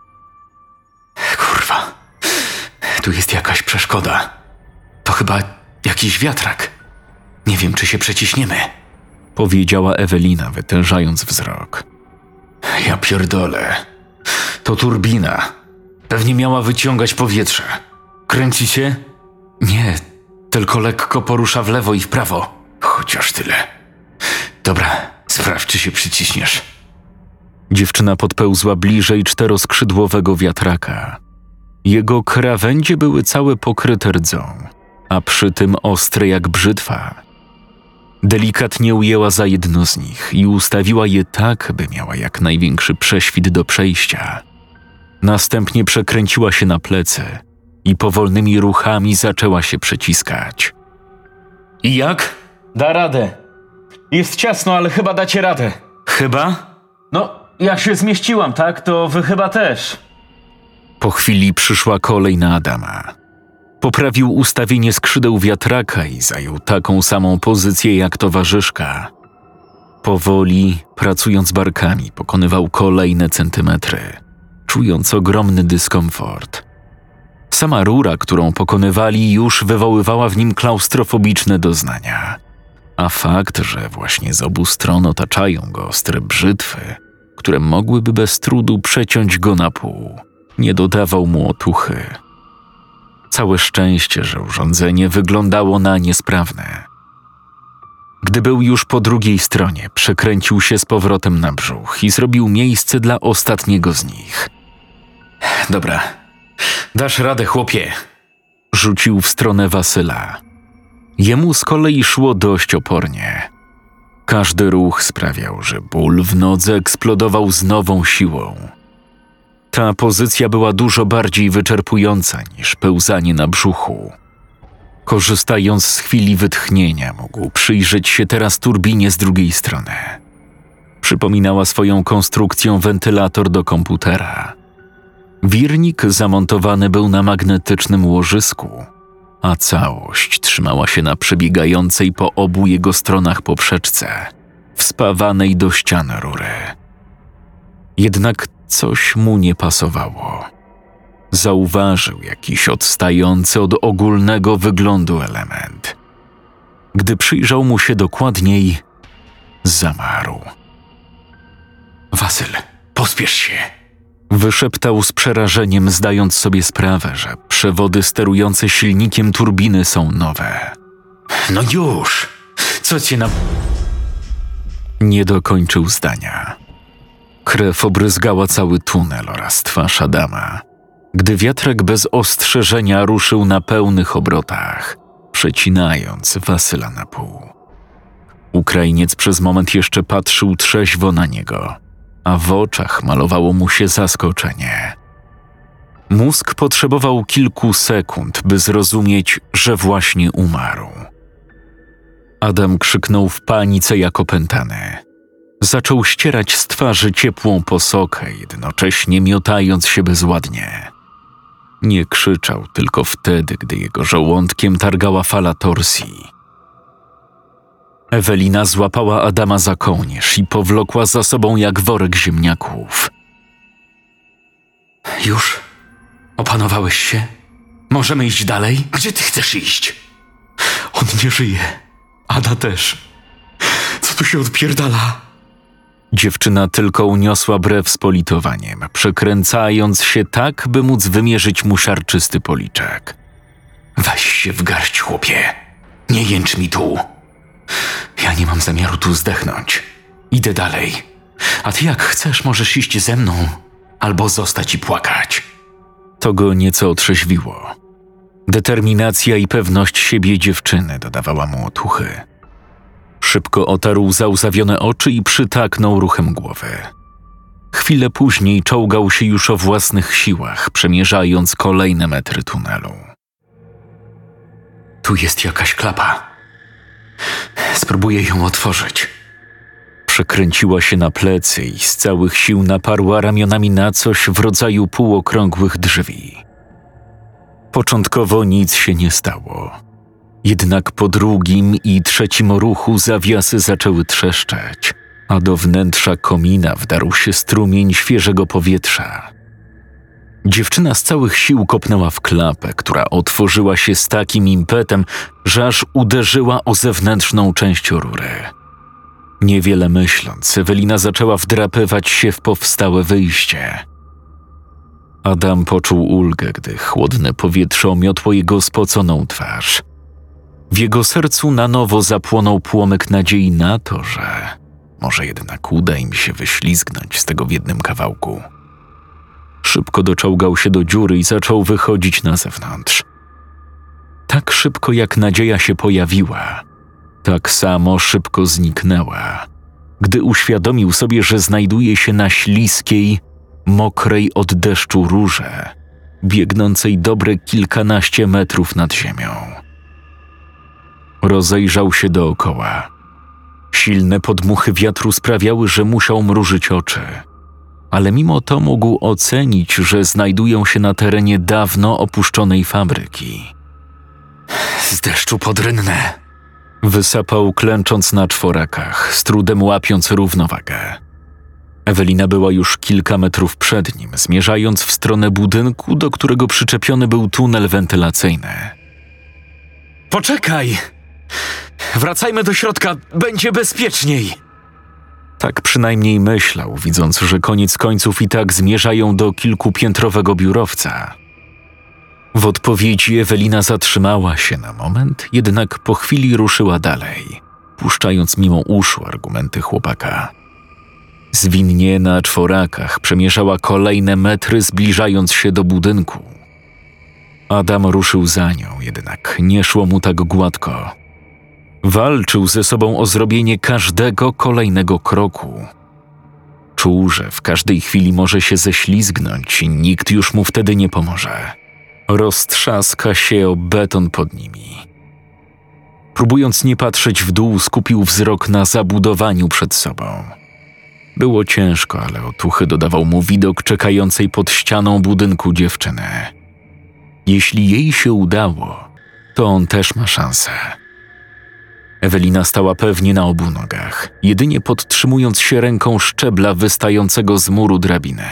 [SPEAKER 2] Kurwa, tu jest jakaś przeszkoda. To chyba jakiś wiatrak. Nie wiem, czy się przeciśniemy,
[SPEAKER 1] powiedziała Ewelina, wytężając wzrok.
[SPEAKER 2] Ja pierdolę. To turbina. Pewnie miała wyciągać powietrze. Kręci się? Nie, tylko lekko porusza w lewo i w prawo. Chociaż tyle. Dobra, sprawdź, czy się przyciśniesz.
[SPEAKER 1] Dziewczyna podpełzła bliżej czteroskrzydłowego wiatraka. Jego krawędzie były całe pokryte rdzą, a przy tym ostre jak brzytwa. Delikatnie ujęła za jedno z nich i ustawiła je tak, by miała jak największy prześwit do przejścia. Następnie przekręciła się na plecy i powolnymi ruchami zaczęła się przeciskać.
[SPEAKER 2] I jak?
[SPEAKER 3] Da radę. Jest ciasno, ale chyba dacie radę.
[SPEAKER 2] Chyba?
[SPEAKER 3] No, ja się zmieściłam, tak? To wy chyba też.
[SPEAKER 1] Po chwili przyszła kolej na Adama. Poprawił ustawienie skrzydeł wiatraka i zajął taką samą pozycję jak towarzyszka. Powoli, pracując barkami, pokonywał kolejne centymetry, czując ogromny dyskomfort. Sama rura, którą pokonywali, już wywoływała w nim klaustrofobiczne doznania. A fakt, że właśnie z obu stron otaczają go ostre brzytwy, które mogłyby bez trudu przeciąć go na pół, nie dodawał mu otuchy. Całe szczęście, że urządzenie wyglądało na niesprawne. Gdy był już po drugiej stronie, przekręcił się z powrotem na brzuch i zrobił miejsce dla ostatniego z nich.
[SPEAKER 2] Dobra, dasz radę, chłopie.
[SPEAKER 1] Rzucił w stronę Wasyla. Jemu z kolei szło dość opornie. Każdy ruch sprawiał, że ból w nodze eksplodował z nową siłą. Ta pozycja była dużo bardziej wyczerpująca niż pełzanie na brzuchu. Korzystając z chwili wytchnienia, mógł przyjrzeć się teraz turbinie z drugiej strony. Przypominała swoją konstrukcją wentylator do komputera. Wirnik zamontowany był na magnetycznym łożysku, a całość trzymała się na przebiegającej po obu jego stronach poprzeczce, wspawanej do ścian rury. Jednak coś mu nie pasowało. Zauważył jakiś odstający od ogólnego wyglądu element. Gdy przyjrzał mu się dokładniej, zamarł.
[SPEAKER 2] Wasyl, pospiesz się.
[SPEAKER 1] Wyszeptał z przerażeniem, zdając sobie sprawę, że przewody sterujące silnikiem turbiny są nowe.
[SPEAKER 2] No już! Co cię na...
[SPEAKER 1] Nie dokończył zdania. Krew obryzgała cały tunel oraz twarz Adama, gdy wiatrak bez ostrzeżenia ruszył na pełnych obrotach, przecinając Wasyla na pół. Ukrainiec przez moment jeszcze patrzył trzeźwo na niego, a w oczach malowało mu się zaskoczenie. Mózg potrzebował kilku sekund, by zrozumieć, że właśnie umarł. Adam krzyknął w panice jak opętany. Zaczął ścierać z twarzy ciepłą posokę, jednocześnie miotając się bezładnie. Nie krzyczał tylko wtedy, gdy jego żołądkiem targała fala torsji. Ewelina złapała Adama za kołnierz i powlokła za sobą jak worek ziemniaków.
[SPEAKER 2] Już? Opanowałeś się? Możemy iść dalej?
[SPEAKER 3] Gdzie ty chcesz iść?
[SPEAKER 2] On nie żyje. Ada też. Co tu się odpierdala?
[SPEAKER 1] Dziewczyna tylko uniosła brew z politowaniem, przekręcając się tak, by móc wymierzyć mu siarczysty policzek.
[SPEAKER 2] Weź się w garść, chłopie. Nie jęcz mi tu. Ja nie mam zamiaru tu zdechnąć. Idę dalej. A ty jak chcesz, możesz iść ze mną. Albo zostać i płakać.
[SPEAKER 1] To go nieco otrzeźwiło. Determinacja i pewność siebie dziewczyny dodawała mu otuchy. Szybko otarł załzawione oczy i przytaknął ruchem głowy. Chwilę później czołgał się już o własnych siłach, przemierzając kolejne metry tunelu.
[SPEAKER 2] Tu jest jakaś klapa. Spróbuję ją otworzyć.
[SPEAKER 1] Przekręciła się na plecy i z całych sił naparła ramionami na coś w rodzaju półokrągłych drzwi. Początkowo nic się nie stało. Jednak po drugim i trzecim ruchu zawiasy zaczęły trzeszczeć, a do wnętrza komina wdarł się strumień świeżego powietrza. Dziewczyna z całych sił kopnęła w klapę, która otworzyła się z takim impetem, że aż uderzyła o zewnętrzną część rury. Niewiele myśląc, Ewelina zaczęła wdrapywać się w powstałe wyjście. Adam poczuł ulgę, gdy chłodne powietrze omiotło jego spoconą twarz. W jego sercu na nowo zapłonął płomyk nadziei na to, że może jednak uda im się wyślizgnąć z tego w jednym kawałku. Szybko doczołgał się do dziury i zaczął wychodzić na zewnątrz. Tak szybko jak nadzieja się pojawiła, tak samo szybko zniknęła, gdy uświadomił sobie, że znajduje się na śliskiej, mokrej od deszczu rurze, biegnącej dobre kilkanaście metrów nad ziemią. Rozejrzał się dookoła. Silne podmuchy wiatru sprawiały, że musiał mrużyć oczy, ale mimo to mógł ocenić, że znajdują się na terenie dawno opuszczonej fabryki.
[SPEAKER 2] Z deszczu pod rynnę.
[SPEAKER 1] Wysapał, klęcząc na czworakach, z trudem łapiąc równowagę. Ewelina była już kilka metrów przed nim, zmierzając w stronę budynku, do którego przyczepiony był tunel wentylacyjny.
[SPEAKER 3] Poczekaj! Wracajmy do środka, będzie bezpieczniej!
[SPEAKER 1] Tak przynajmniej myślał, widząc, że koniec końców i tak zmierzają do kilkupiętrowego biurowca. W odpowiedzi Ewelina zatrzymała się na moment, jednak po chwili ruszyła dalej, puszczając mimo uszu argumenty chłopaka. Zwinnie na czworakach przemierzała kolejne metry, zbliżając się do budynku. Adam ruszył za nią, jednak nie szło mu tak gładko. Walczył ze sobą o zrobienie każdego kolejnego kroku. Czuł, że w każdej chwili może się ześlizgnąć i nikt już mu wtedy nie pomoże. Roztrzaska się o beton pod nimi. Próbując nie patrzeć w dół, skupił wzrok na zabudowaniu przed sobą. Było ciężko, ale otuchy dodawał mu widok czekającej pod ścianą budynku dziewczyny. Jeśli jej się udało, to on też ma szansę. Ewelina stała pewnie na obu nogach, jedynie podtrzymując się ręką szczebla wystającego z muru drabiny.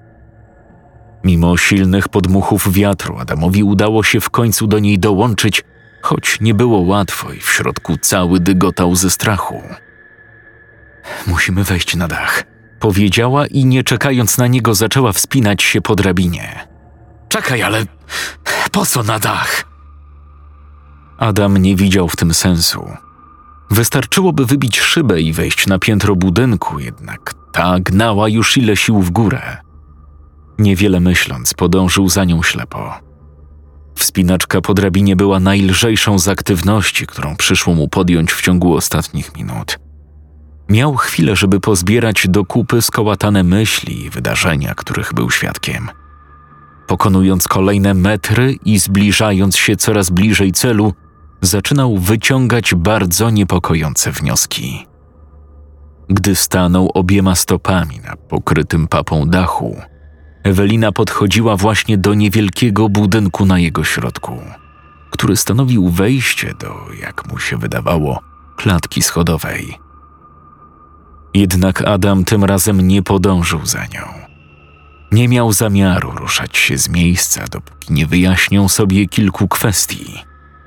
[SPEAKER 1] Mimo silnych podmuchów wiatru Adamowi udało się w końcu do niej dołączyć, choć nie było łatwo i w środku cały dygotał ze strachu. Musimy wejść na dach, powiedziała i nie czekając na niego zaczęła wspinać się po drabinie.
[SPEAKER 2] Czekaj, ale po co na dach?
[SPEAKER 1] Adam nie widział w tym sensu. Wystarczyłoby wybić szybę i wejść na piętro budynku, jednak ta gnała już ile sił w górę. Niewiele myśląc, podążył za nią ślepo. Wspinaczka po drabinie była najlżejszą z aktywności, którą przyszło mu podjąć w ciągu ostatnich minut. Miał chwilę, żeby pozbierać do kupy skołatane myśli i wydarzenia, których był świadkiem. Pokonując kolejne metry i zbliżając się coraz bliżej celu, zaczynał wyciągać bardzo niepokojące wnioski. Gdy stanął obiema stopami na pokrytym papą dachu, Ewelina podchodziła właśnie do niewielkiego budynku na jego środku, który stanowił wejście do, jak mu się wydawało, klatki schodowej. Jednak Adam tym razem nie podążył za nią. Nie miał zamiaru ruszać się z miejsca, dopóki nie wyjaśnią sobie kilku kwestii.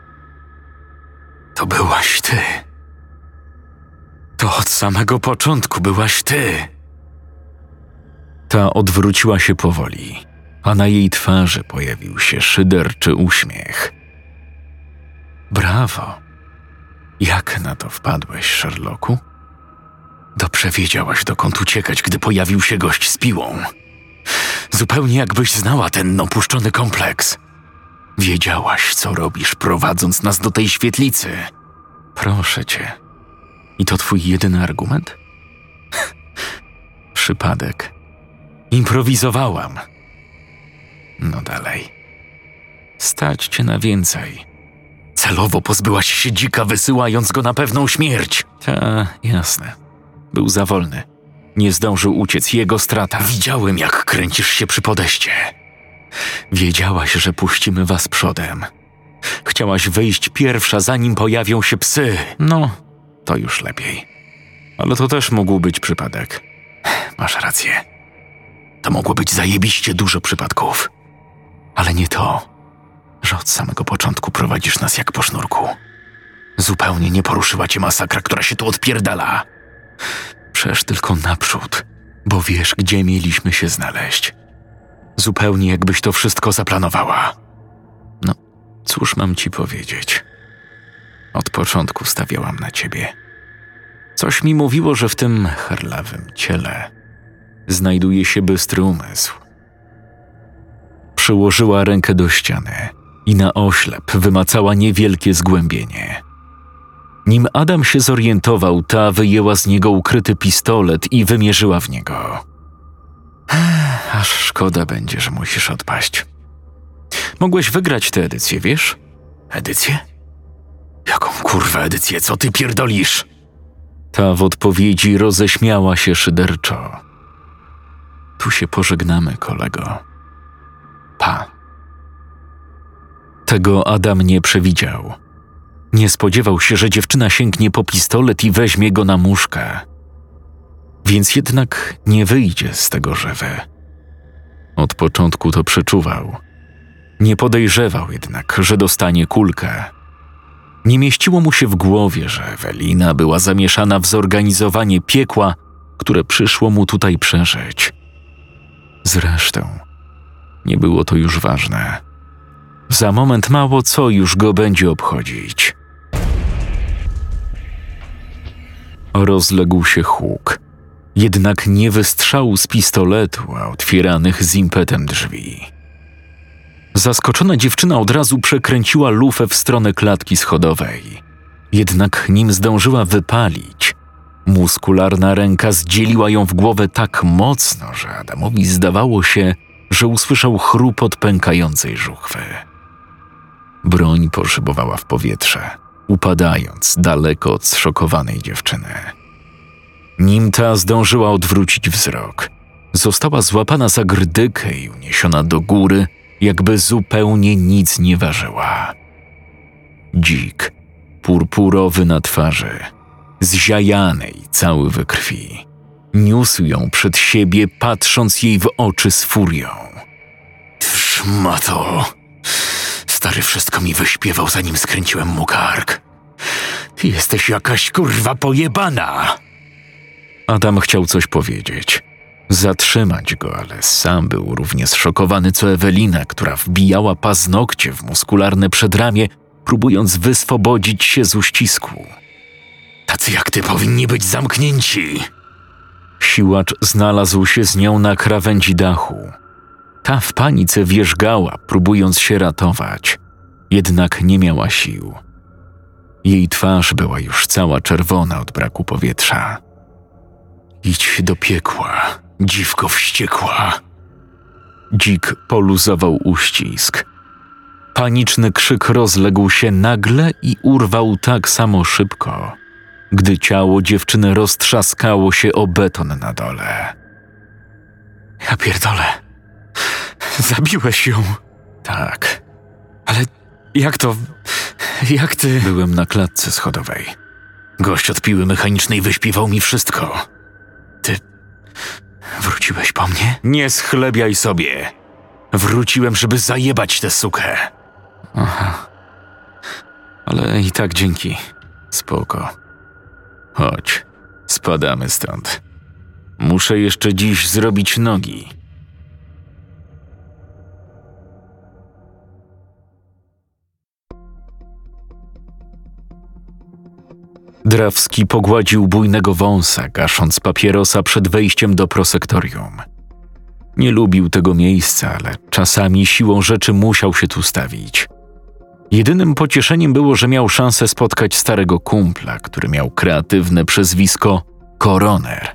[SPEAKER 2] To byłaś ty. To od samego początku byłaś ty.
[SPEAKER 1] Ta odwróciła się powoli, a na jej twarzy pojawił się szyderczy uśmiech. Brawo! Jak na to wpadłeś, Sherlocku?
[SPEAKER 2] Dobrze wiedziałaś, dokąd uciekać, gdy pojawił się gość z piłą. Zupełnie jakbyś znała ten opuszczony kompleks. Wiedziałaś, co robisz, prowadząc nas do tej świetlicy.
[SPEAKER 1] Proszę cię. I to twój jedyny argument? Przypadek. Improwizowałam. No dalej. Stać cię na więcej.
[SPEAKER 2] Celowo pozbyłaś się dzika, wysyłając go na pewną śmierć.
[SPEAKER 1] Ta, jasne. Był za wolny. Nie zdążył uciec, jego strata.
[SPEAKER 2] Widziałem, jak kręcisz się przy podejście.
[SPEAKER 1] Wiedziałaś, że puścimy was przodem. Chciałaś wyjść pierwsza, zanim pojawią się psy. No, to już lepiej. Ale to też mógł być przypadek.
[SPEAKER 2] Masz rację. To mogło być zajebiście dużo przypadków.
[SPEAKER 1] Ale nie to, że od samego początku prowadzisz nas jak po sznurku.
[SPEAKER 2] Zupełnie nie poruszyła cię masakra, która się tu odpierdala.
[SPEAKER 1] Przesz tylko naprzód, bo wiesz, gdzie mieliśmy się znaleźć. Zupełnie jakbyś to wszystko zaplanowała. No, cóż mam ci powiedzieć? Od początku stawiałam na ciebie. Coś mi mówiło, że w tym herlawym ciele znajduje się bystry umysł. Przyłożyła rękę do ściany i na oślep wymacała niewielkie zgłębienie. Nim Adam się zorientował, ta wyjęła z niego ukryty pistolet i wymierzyła w niego. Aż szkoda będzie, że musisz odpaść. Mogłeś wygrać tę edycję, wiesz?
[SPEAKER 2] Edycję? Jaką kurwa edycję? Co ty pierdolisz?
[SPEAKER 1] Ta w odpowiedzi roześmiała się szyderczo. Tu się pożegnamy, kolego. Pa. Tego Adam nie przewidział. Nie spodziewał się, że dziewczyna sięgnie po pistolet i weźmie go na muszkę. Więc jednak nie wyjdzie z tego żywy. Od początku to przeczuwał. Nie podejrzewał jednak, że dostanie kulkę. Nie mieściło mu się w głowie, że Ewelina była zamieszana w zorganizowanie piekła, które przyszło mu tutaj przeżyć. Zresztą nie było to już ważne. Za moment mało co już go będzie obchodzić. Rozległ się huk, jednak nie wystrzału z pistoletu, a otwieranych z impetem drzwi. Zaskoczona dziewczyna od razu przekręciła lufę w stronę klatki schodowej. Jednak nim zdążyła wypalić, muskularna ręka zdzieliła ją w głowę tak mocno, że Adamowi zdawało się, że usłyszał chrupot pękającej żuchwy. Broń poszybowała w powietrze, upadając daleko od zszokowanej dziewczyny. Nim ta zdążyła odwrócić wzrok, została złapana za grdykę i uniesiona do góry, jakby zupełnie nic nie ważyła. Dzik, purpurowy na twarzy, zziajany i cały we krwi, niósł ją przed siebie, patrząc jej w oczy z furią.
[SPEAKER 2] Szmato! Stary wszystko mi wyśpiewał, zanim skręciłem mu kark. Ty jesteś jakaś kurwa pojebana!
[SPEAKER 1] Adam chciał coś powiedzieć, zatrzymać go, ale sam był równie zszokowany co Ewelina, która wbijała paznokcie w muskularne przedramię, próbując wyswobodzić się z uścisku.
[SPEAKER 2] Tacy jak ty powinni być zamknięci.
[SPEAKER 1] Siłacz znalazł się z nią na krawędzi dachu. Ta w panice wierzgała, próbując się ratować, jednak nie miała sił. Jej twarz była już cała czerwona od braku powietrza.
[SPEAKER 2] Idź do piekła, dziwko wściekła.
[SPEAKER 1] Dzik poluzował uścisk. Paniczny krzyk rozległ się nagle i urwał tak samo szybko, gdy ciało dziewczyny roztrzaskało się o beton na dole.
[SPEAKER 2] Ja pierdolę. Zabiłeś ją.
[SPEAKER 1] Tak.
[SPEAKER 2] Ale jak ty...
[SPEAKER 1] Byłem na klatce schodowej.
[SPEAKER 2] Gość od piły mechanicznej wyśpiewał mi wszystko. Ty wróciłeś po mnie? Nie schlebiaj sobie. Wróciłem, żeby zajebać tę sukę.
[SPEAKER 1] Aha. Ale i tak dzięki. Spoko. Chodź, spadamy stąd. Muszę jeszcze dziś zrobić nogi. Drawski pogładził bujnego wąsa, gasząc papierosa przed wejściem do prosektorium. Nie lubił tego miejsca, ale czasami siłą rzeczy musiał się tu stawić. Jedynym pocieszeniem było, że miał szansę spotkać starego kumpla, który miał kreatywne przezwisko Koroner.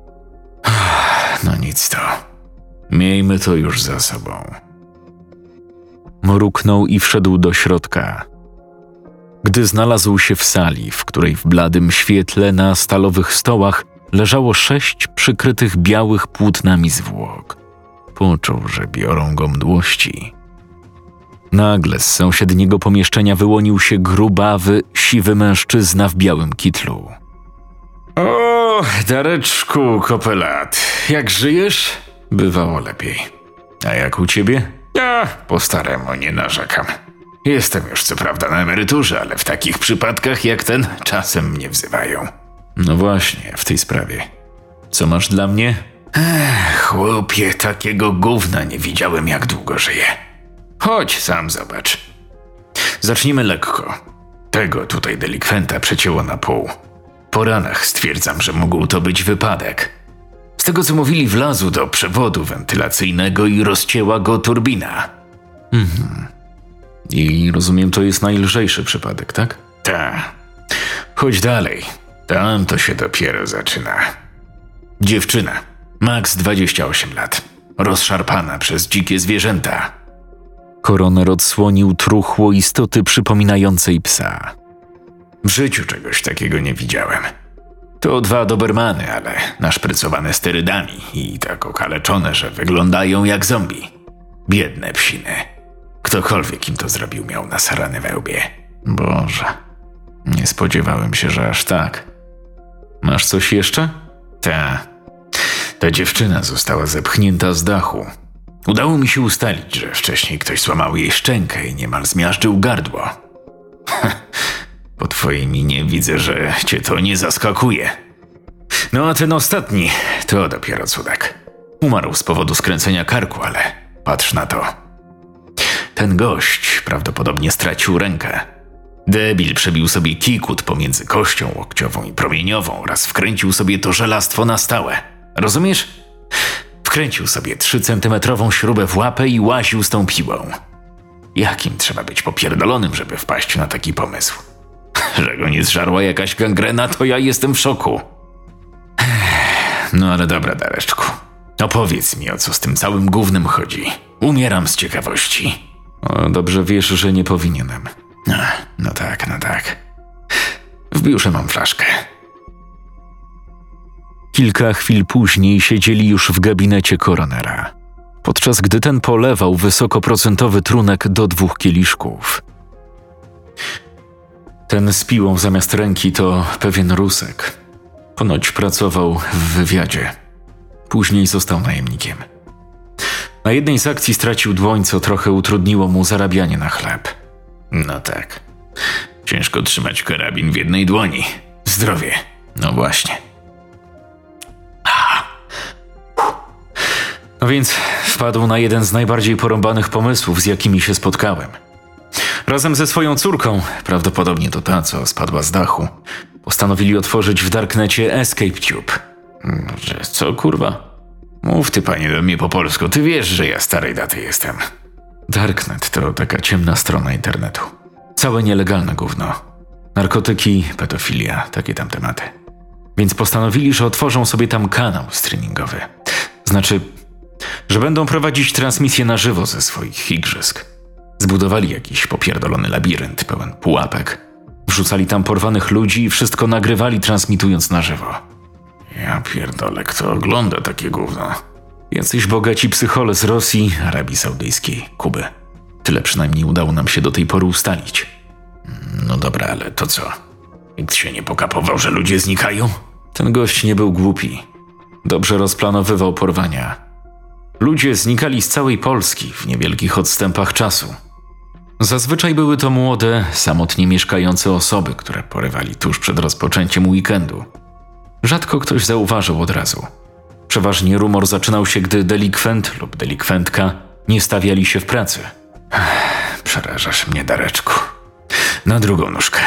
[SPEAKER 2] No nic to. Miejmy to już za sobą.
[SPEAKER 1] Mruknął i wszedł do środka. Gdy znalazł się w sali, w której w bladym świetle na stalowych stołach leżało 6 przykrytych białych płótnami zwłok, poczuł, że biorą go mdłości. Nagle z sąsiedniego pomieszczenia wyłonił się grubawy, siwy mężczyzna w białym kitlu.
[SPEAKER 2] O, Dareczku, kopelat, jak żyjesz?
[SPEAKER 1] Bywało lepiej. A jak u ciebie?
[SPEAKER 2] Ja po staremu nie narzekam. Jestem już co prawda na emeryturze, ale w takich przypadkach jak ten czasem mnie wzywają.
[SPEAKER 1] No właśnie, w tej sprawie. Co masz dla mnie?
[SPEAKER 2] Chłopie, takiego gówna nie widziałem, jak długo żyję. Chodź, sam zobacz. Zacznijmy lekko. Tego tutaj delikwenta przecięło na pół. Po ranach stwierdzam, że mógł to być wypadek. Z tego co mówili, wlazł do przewodu wentylacyjnego i rozcięła go turbina.
[SPEAKER 1] I rozumiem, to jest najlżejszy przypadek, tak?
[SPEAKER 2] Ta. Chodź dalej. Tam to się dopiero zaczyna. Dziewczyna. Max 28 lat. Rozszarpana przez dzikie zwierzęta.
[SPEAKER 1] Koroner odsłonił truchło istoty przypominającej psa.
[SPEAKER 2] W życiu czegoś takiego nie widziałem. To 2 dobermany, ale naszprycowane sterydami i tak okaleczone, że wyglądają jak zombie. Biedne psiny. Ktokolwiek im to zrobił, miał nasarane we łbie.
[SPEAKER 1] Boże, nie spodziewałem się, że aż tak. Masz coś jeszcze?
[SPEAKER 2] Ta dziewczyna została zepchnięta z dachu. Udało mi się ustalić, że wcześniej ktoś złamał jej szczękę i niemal zmiażdżył gardło. Po twojej minie widzę, że cię to nie zaskakuje. No a ten ostatni to dopiero cudak. Umarł z powodu skręcenia karku, ale patrz na to. Ten gość prawdopodobnie stracił rękę. Debil przebił sobie kikut pomiędzy kością łokciową i promieniową oraz wkręcił sobie to żelastwo na stałe. Rozumiesz? Wkręcił sobie 3-centymetrową śrubę w łapę i łaził z tą piłą. Jakim trzeba być popierdolonym, żeby wpaść na taki pomysł? Że go nie zżarła jakaś gangrena, to ja jestem w szoku. No ale dobra, Dareczku. Opowiedz mi, o co z tym całym gównem chodzi. Umieram z ciekawości.
[SPEAKER 1] O, dobrze wiesz, że nie powinienem.
[SPEAKER 2] No tak. W biurze mam flaszkę.
[SPEAKER 1] Kilka chwil później siedzieli już w gabinecie koronera, podczas gdy ten polewał wysokoprocentowy trunek do 2 kieliszków. Ten z piłą zamiast ręki to pewien Rusek. Ponoć pracował w wywiadzie. Później został najemnikiem. Na jednej z akcji stracił dłoń, co trochę utrudniło mu zarabianie na chleb.
[SPEAKER 2] No tak. Ciężko trzymać karabin w jednej dłoni. Zdrowie.
[SPEAKER 1] No właśnie. A więc wpadł na jeden z najbardziej porąbanych pomysłów, z jakimi się spotkałem. Razem ze swoją córką, prawdopodobnie to ta, co spadła z dachu, postanowili otworzyć w darknecie Escape Tube.
[SPEAKER 2] Że co, kurwa? Mów ty, panie, do mnie po polsku. Ty wiesz, że ja starej daty jestem.
[SPEAKER 1] Darknet to taka ciemna strona internetu. Całe nielegalne gówno. Narkotyki, pedofilia, takie tam tematy. Więc postanowili, że otworzą sobie tam kanał streamingowy. Znaczy, że będą prowadzić transmisje na żywo ze swoich igrzysk. Zbudowali jakiś popierdolony labirynt pełen pułapek. Wrzucali tam porwanych ludzi i wszystko nagrywali, transmitując na żywo.
[SPEAKER 2] Ja pierdolę, kto ogląda takie gówno?
[SPEAKER 1] Jacyś bogaci psychole z Rosji, Arabii Saudyjskiej, Kuby. Tyle przynajmniej udało nam się do tej pory ustalić.
[SPEAKER 2] No dobra, ale to co? Nikt się nie pokapował, że ludzie znikają?
[SPEAKER 1] Ten gość nie był głupi. Dobrze rozplanowywał porwania. Ludzie znikali z całej Polski w niewielkich odstępach czasu. Zazwyczaj były to młode, samotnie mieszkające osoby, które porywali tuż przed rozpoczęciem weekendu. Rzadko ktoś zauważył od razu. Przeważnie rumor zaczynał się, gdy delikwent lub delikwentka nie stawiali się w pracy.
[SPEAKER 2] Przerażasz mnie, Dareczku. Na drugą nóżkę.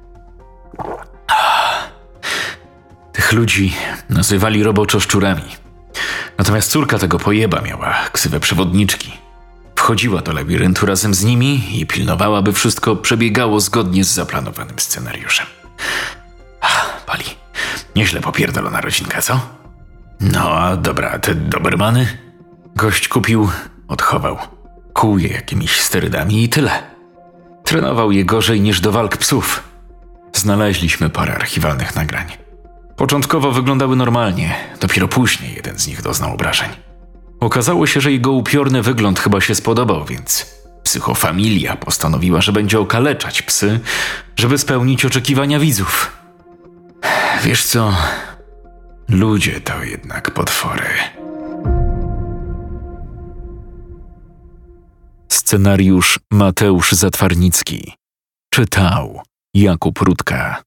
[SPEAKER 1] Tych ludzi nazywali roboczo szczurami. Natomiast córka tego pojeba miała ksywę przewodniczki. Wchodziła do labiryntu razem z nimi i pilnowała, by wszystko przebiegało zgodnie z zaplanowanym scenariuszem.
[SPEAKER 2] Pali. Nieźle popierdolona rodzinka, co? No, a dobra, te dobermany?
[SPEAKER 1] Gość kupił, odchował. Kłuł je jakimiś sterydami i tyle. Trenował je gorzej niż do walk psów. Znaleźliśmy parę archiwalnych nagrań. Początkowo wyglądały normalnie, dopiero później jeden z nich doznał obrażeń. Okazało się, że jego upiorny wygląd chyba się spodobał, więc psychofamilia postanowiła, że będzie okaleczać psy, żeby spełnić oczekiwania widzów.
[SPEAKER 2] Wiesz co? Ludzie to jednak potwory.
[SPEAKER 1] Scenariusz Mateusz Zatwarnicki. Czytał Jakub Rutka.